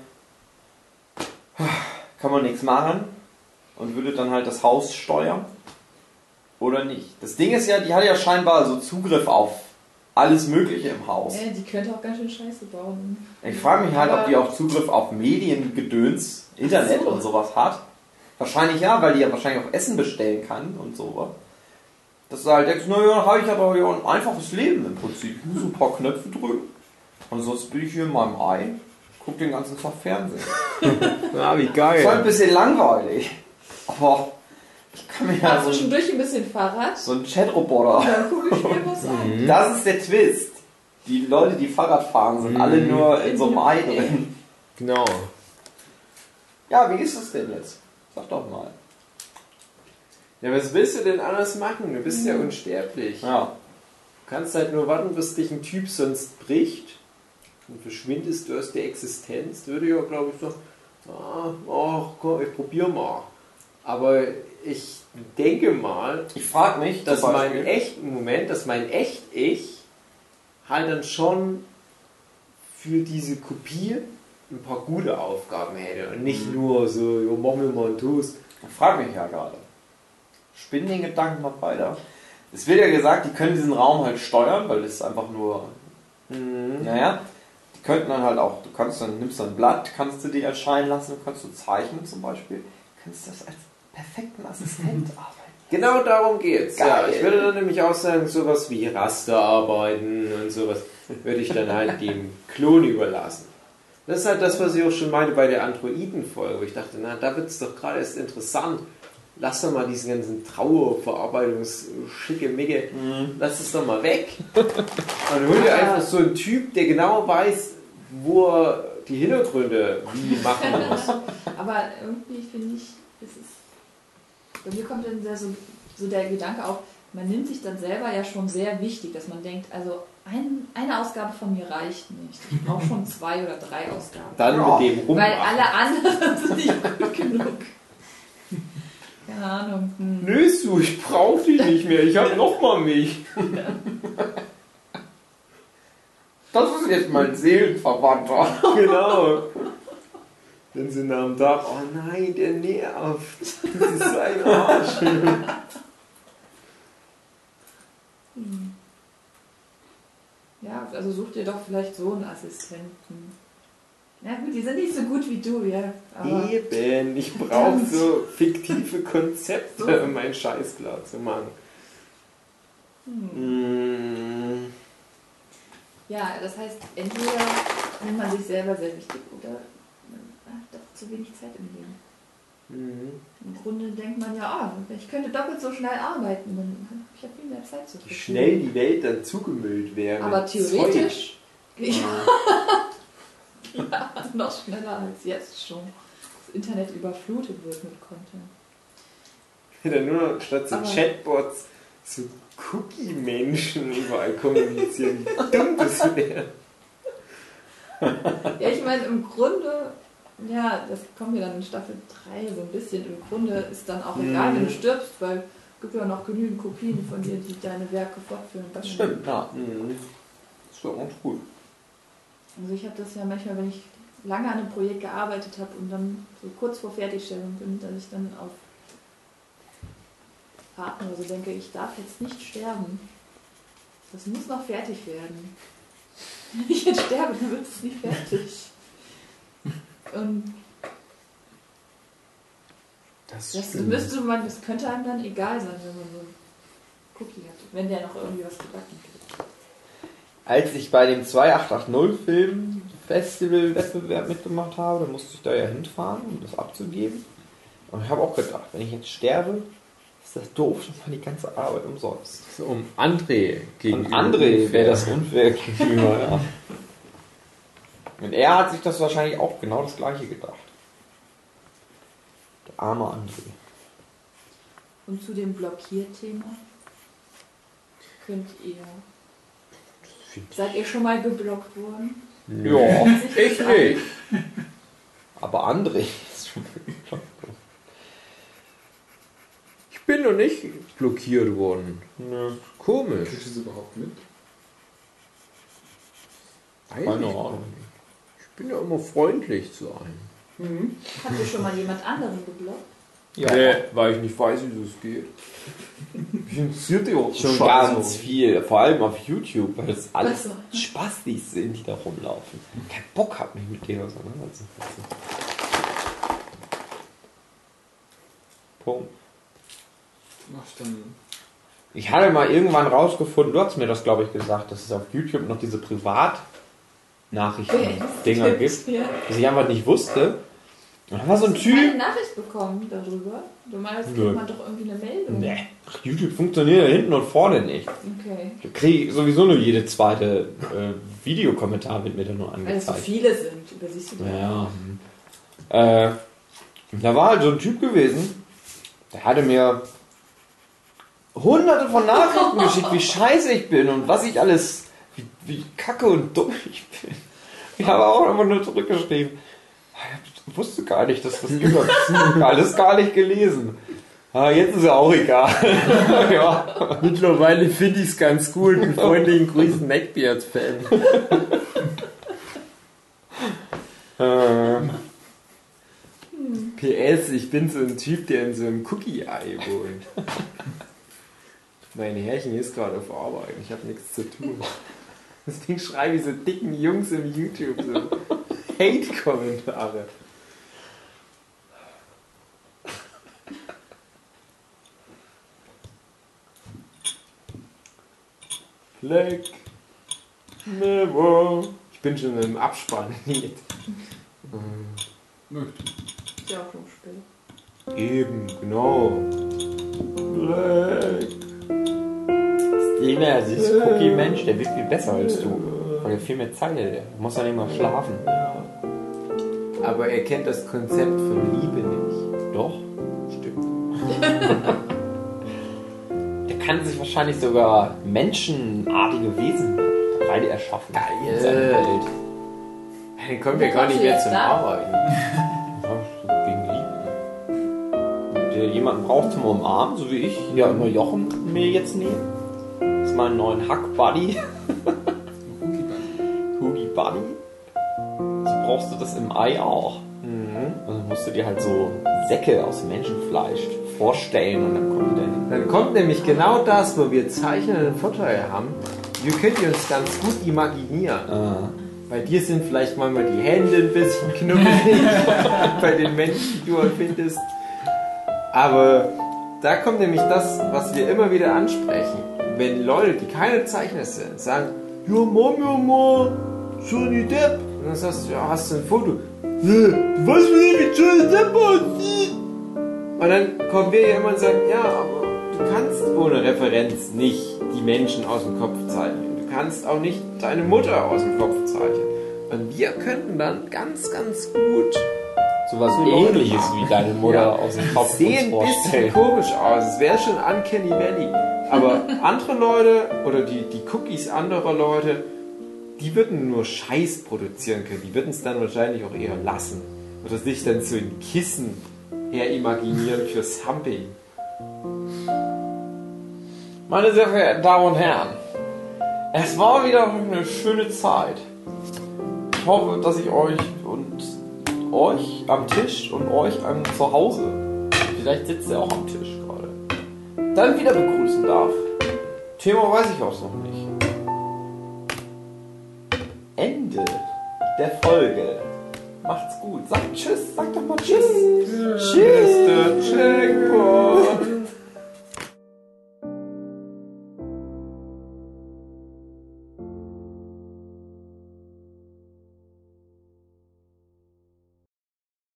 kann man nichts machen und würdet dann halt das Haus steuern oder nicht? Das Ding ist ja, die hat ja scheinbar so Zugriff auf alles Mögliche im Haus. Ja, die könnte auch ganz schön Scheiße bauen. Ich frage mich halt, ob Aber- die auch Zugriff auf Mediengedöns, Internet so. und sowas hat. Wahrscheinlich ja, weil die ja wahrscheinlich auch Essen bestellen kann und sowas. Dass du halt denkst, naja, dann habe ich aber ja ein einfaches Leben im Prinzip. Ich muss ein paar Knöpfe drücken. Ansonsten bin ich hier in meinem Ei, guck den ganzen Tag Fernsehen. Ja, wie Das ist halt ein geil. bisschen langweilig. Aber ich kann mir ja Ja, zwischendurch ein bisschen Fahrrad, so einen Chatroboter. dann gucke ich mir was an. Das ist der Twist. Die Leute, die Fahrrad fahren, sind alle nur in so einem Ei drin. Genau. Ja, wie ist es denn jetzt? Sag doch mal. Ja, was willst du denn anders machen? Du bist ja unsterblich. Ja. Du kannst halt nur warten, bis dich ein Typ sonst bricht und verschwindest du aus der Existenz. Würde ja, glaube ich, sagen, komm, ich probier mal. Aber ich denke mal, Ich frage mich, dass zum mein Beispiel- Echt-Ich halt dann schon für diese Kopie ein paar gute Aufgaben hätte und nicht nur so, jo, mach mir mal einen Toast. Ich frage mich ja gerade. Spinn den Gedanken mal weiter. Es wird ja gesagt, die können diesen Raum halt steuern, weil es einfach nur, naja, die könnten dann halt auch, nimmst dann ein Blatt, kannst du dir erscheinen lassen, kannst du zeichnen zum Beispiel, kannst das als perfekten Assistent arbeiten. Genau darum geht's. Geil. Ja, ich würde dann nämlich auch sagen, sowas wie Rasterarbeiten und sowas würde ich dann halt dem Klon überlassen. Das ist halt das, was ich auch schon meinte bei der Androiden-Folge, wo ich dachte, na, da wird es doch gerade erst interessant, lass doch mal diesen ganzen Trauerverarbeitungsschicke Micke, lass es doch mal weg. Und hol dir einfach so einen Typ, der genau weiß, wo er die Hintergründe wie machen muss. Aber irgendwie finde ich, bei mir kommt dann so der Gedanke auf, man nimmt sich dann selber ja schon sehr wichtig, dass man denkt, also eine Ausgabe von mir reicht nicht. Ich brauche schon 2 oder 3 Ausgaben. Dann mit dem rummachen. Weil alle anderen sind nicht gut genug. Keine Ahnung. Nö, du, ich brauche die nicht mehr. Ich habe noch mal mich. Das ist jetzt mein Seelenverwandter. Genau. Dann sind am Tag, oh nein, der nervt. Das ist so ein Arsch. Ja, also such dir doch vielleicht so einen Assistenten. Ja gut, die sind nicht so gut wie du, ja. Aber Eben, ich brauche so fiktive Konzepte, um meinen Scheiß klar zu machen. Ja, das heißt, entweder nimmt man sich selber sehr wichtig oder man hat doch zu wenig Zeit im Leben. Im Grunde denkt man ja, ich könnte doppelt so schnell arbeiten, dann habe ich ja viel mehr Zeit zu Wie schnell die Welt dann zugemüllt wäre. Aber theoretisch, ja, noch schneller als jetzt schon. Das Internet überflutet wird mit Content. Dann nur noch statt so Chatbots so Cookie-Menschen überall kommunizieren. Wie dumm das wäre. Ja, ich meine, im Grunde, ja, das kommen wir dann in Staffel 3 so ein bisschen. Im Grunde ist dann auch egal, wenn du stirbst, weil es gibt ja noch genügend Kopien von dir, die deine Werke fortführen. Das stimmt, ja. Das ist doch ganz gut. Also ich habe das ja manchmal, wenn ich lange an einem Projekt gearbeitet habe und dann so kurz vor Fertigstellung bin, dass ich dann auf Partner oder so denke, ich darf jetzt nicht sterben. Das muss noch fertig werden. Wenn ich jetzt sterbe, dann wird es nicht fertig. Und das könnte einem dann egal sein, wenn man so einen Cookie hat, wenn der noch irgendwie was gebacken kriegt. Als ich bei dem 2880-Film Festival-Wettbewerb mitgemacht habe, dann musste ich da ja hinfahren, um das abzugeben. Und ich habe auch gedacht, wenn ich jetzt sterbe, ist das doof, dann war die ganze Arbeit umsonst. So, um André gegenüber. Und André wäre das unfair gegenüber, ja. Und er hat sich das wahrscheinlich auch genau das Gleiche gedacht. Der arme André. Und zu dem Blockierthema könnt ihr... Seid ihr schon mal geblockt worden? Ja, Ich nicht. aber André ist schon geblockt worden. Ich bin noch nicht blockiert worden. Nö. Komisch. Kriegst du es überhaupt mit? Eigentlich Keine gar Ahnung. nicht. Ich bin ja immer freundlich zu einem. Habt ihr schon mal jemand anderen geblockt? Ja, weil ich nicht weiß, wie das geht. Mich interessiert ja auch schon Scheiße. ganz viel. Vor allem auf YouTube, weil das alles Ach so. Spastis sind, die da rumlaufen. Kein Bock hab, mich mit denen auseinanderzusetzen. Punkt. Ach, dann Ich hatte mal irgendwann rausgefunden, du hast mir das glaube ich gesagt, dass es auf YouTube noch diese Privatnachrichten-Dinger gibt, Ja. dass ich einfach nicht wusste. Und da war so ein Hast du keine Typ. Nachricht bekommen darüber? Normalerweise Nö. kriegt man doch irgendwie eine Meldung. Nee, YouTube funktioniert ja hinten und vorne nicht. Okay. Ich kriege sowieso nur jede zweite Videokommentar wird mir dann nur Weil es so angezeigt. viele sind, übersiehst du das? Ja. Da war halt so ein Typ gewesen, der hatte mir hunderte von Nachrichten geschickt, wie scheiße ich bin und was ich alles, wie kacke und dumm ich bin. Ich habe auch immer nur zurückgeschrieben. Ich wusste gar nicht, dass das über alles gar nicht gelesen. Jetzt ist ja auch egal. Ja. Mittlerweile finde ich es ganz gut. Mit freundlichen Grüßen, Neckbeards-Fan. PS, ich bin so ein Typ, der in so einem Cookie-Ei wohnt. Mein Herrchen ist gerade auf Arbeit. Ich habe nichts zu tun. Deswegen schreibe ich so dicken Jungs im YouTube so Hate-Kommentare. Fleck. Never. Ich bin schon im Abspann. nö. Ist ja auch schon spät. Eben, genau. Black. Steven, dieser Cookie-Mensch, der wird viel besser als du. Weil er viel mehr Zeit hat. Der muss ja nicht mal schlafen. Aber er kennt das Konzept von Liebe nicht. Doch, stimmt. Der kann sich wahrscheinlich sogar menschenartige Wesen beide erschaffen. Geil. In seiner Welt. Dann kommt er gar nicht mehr zum Arbeiten. Gegen Liebe. Jemanden braucht zum Umarmen, so wie ich. Ja, nur Jochen mir jetzt nehmen. Das ist mein neuen Hack-Buddy. Hoogie Buddy. So brauchst du das im Ei auch. Und dann musst du dir halt so Säcke aus Menschenfleisch vorstellen und dann kommt die dahin. Dann kommt nämlich genau das, wo wir Zeichner einen Vorteil haben. Wir könnt ihr uns ganz gut imaginieren. Bei dir sind vielleicht manchmal die Hände ein bisschen knubbelig bei den Menschen, die du findest. Aber da kommt nämlich das, was wir immer wieder ansprechen. Wenn Leute, die keine Zeichner sind, sagen, ja Mama, Johnny Depp. Und dann sagst du, ja, hast du ein Foto? Ja, du weißt nicht, wie Johnny Depp aussieht. Und dann kommen wir ja immer und sagen, ja, aber du kannst ohne Referenz nicht die Menschen aus dem Kopf zeichnen. Du kannst auch nicht deine Mutter aus dem Kopf zeichnen. Und wir könnten dann ganz, ganz gut Sowas Ähnliches wie deine Mutter aus dem Kopf sehen ein bisschen komisch aus. Es wäre schon Uncanny Valley. Aber andere Leute oder die Cookies anderer Leute, die würden nur Scheiß produzieren können. Die würden es dann wahrscheinlich auch eher lassen. Oder sich dann so ein Kissen imaginieren fürs Humping. Meine sehr verehrten Damen und Herren, es war wieder eine schöne Zeit. Ich hoffe, dass ich euch am Tisch und euch zu Hause, vielleicht sitzt er auch am Tisch gerade, dann wieder begrüßen darf. Thema weiß ich auch noch nicht. Ende der Folge. Macht's gut. Sagt Tschüss. Sagt doch mal Tschüss. Tschüss.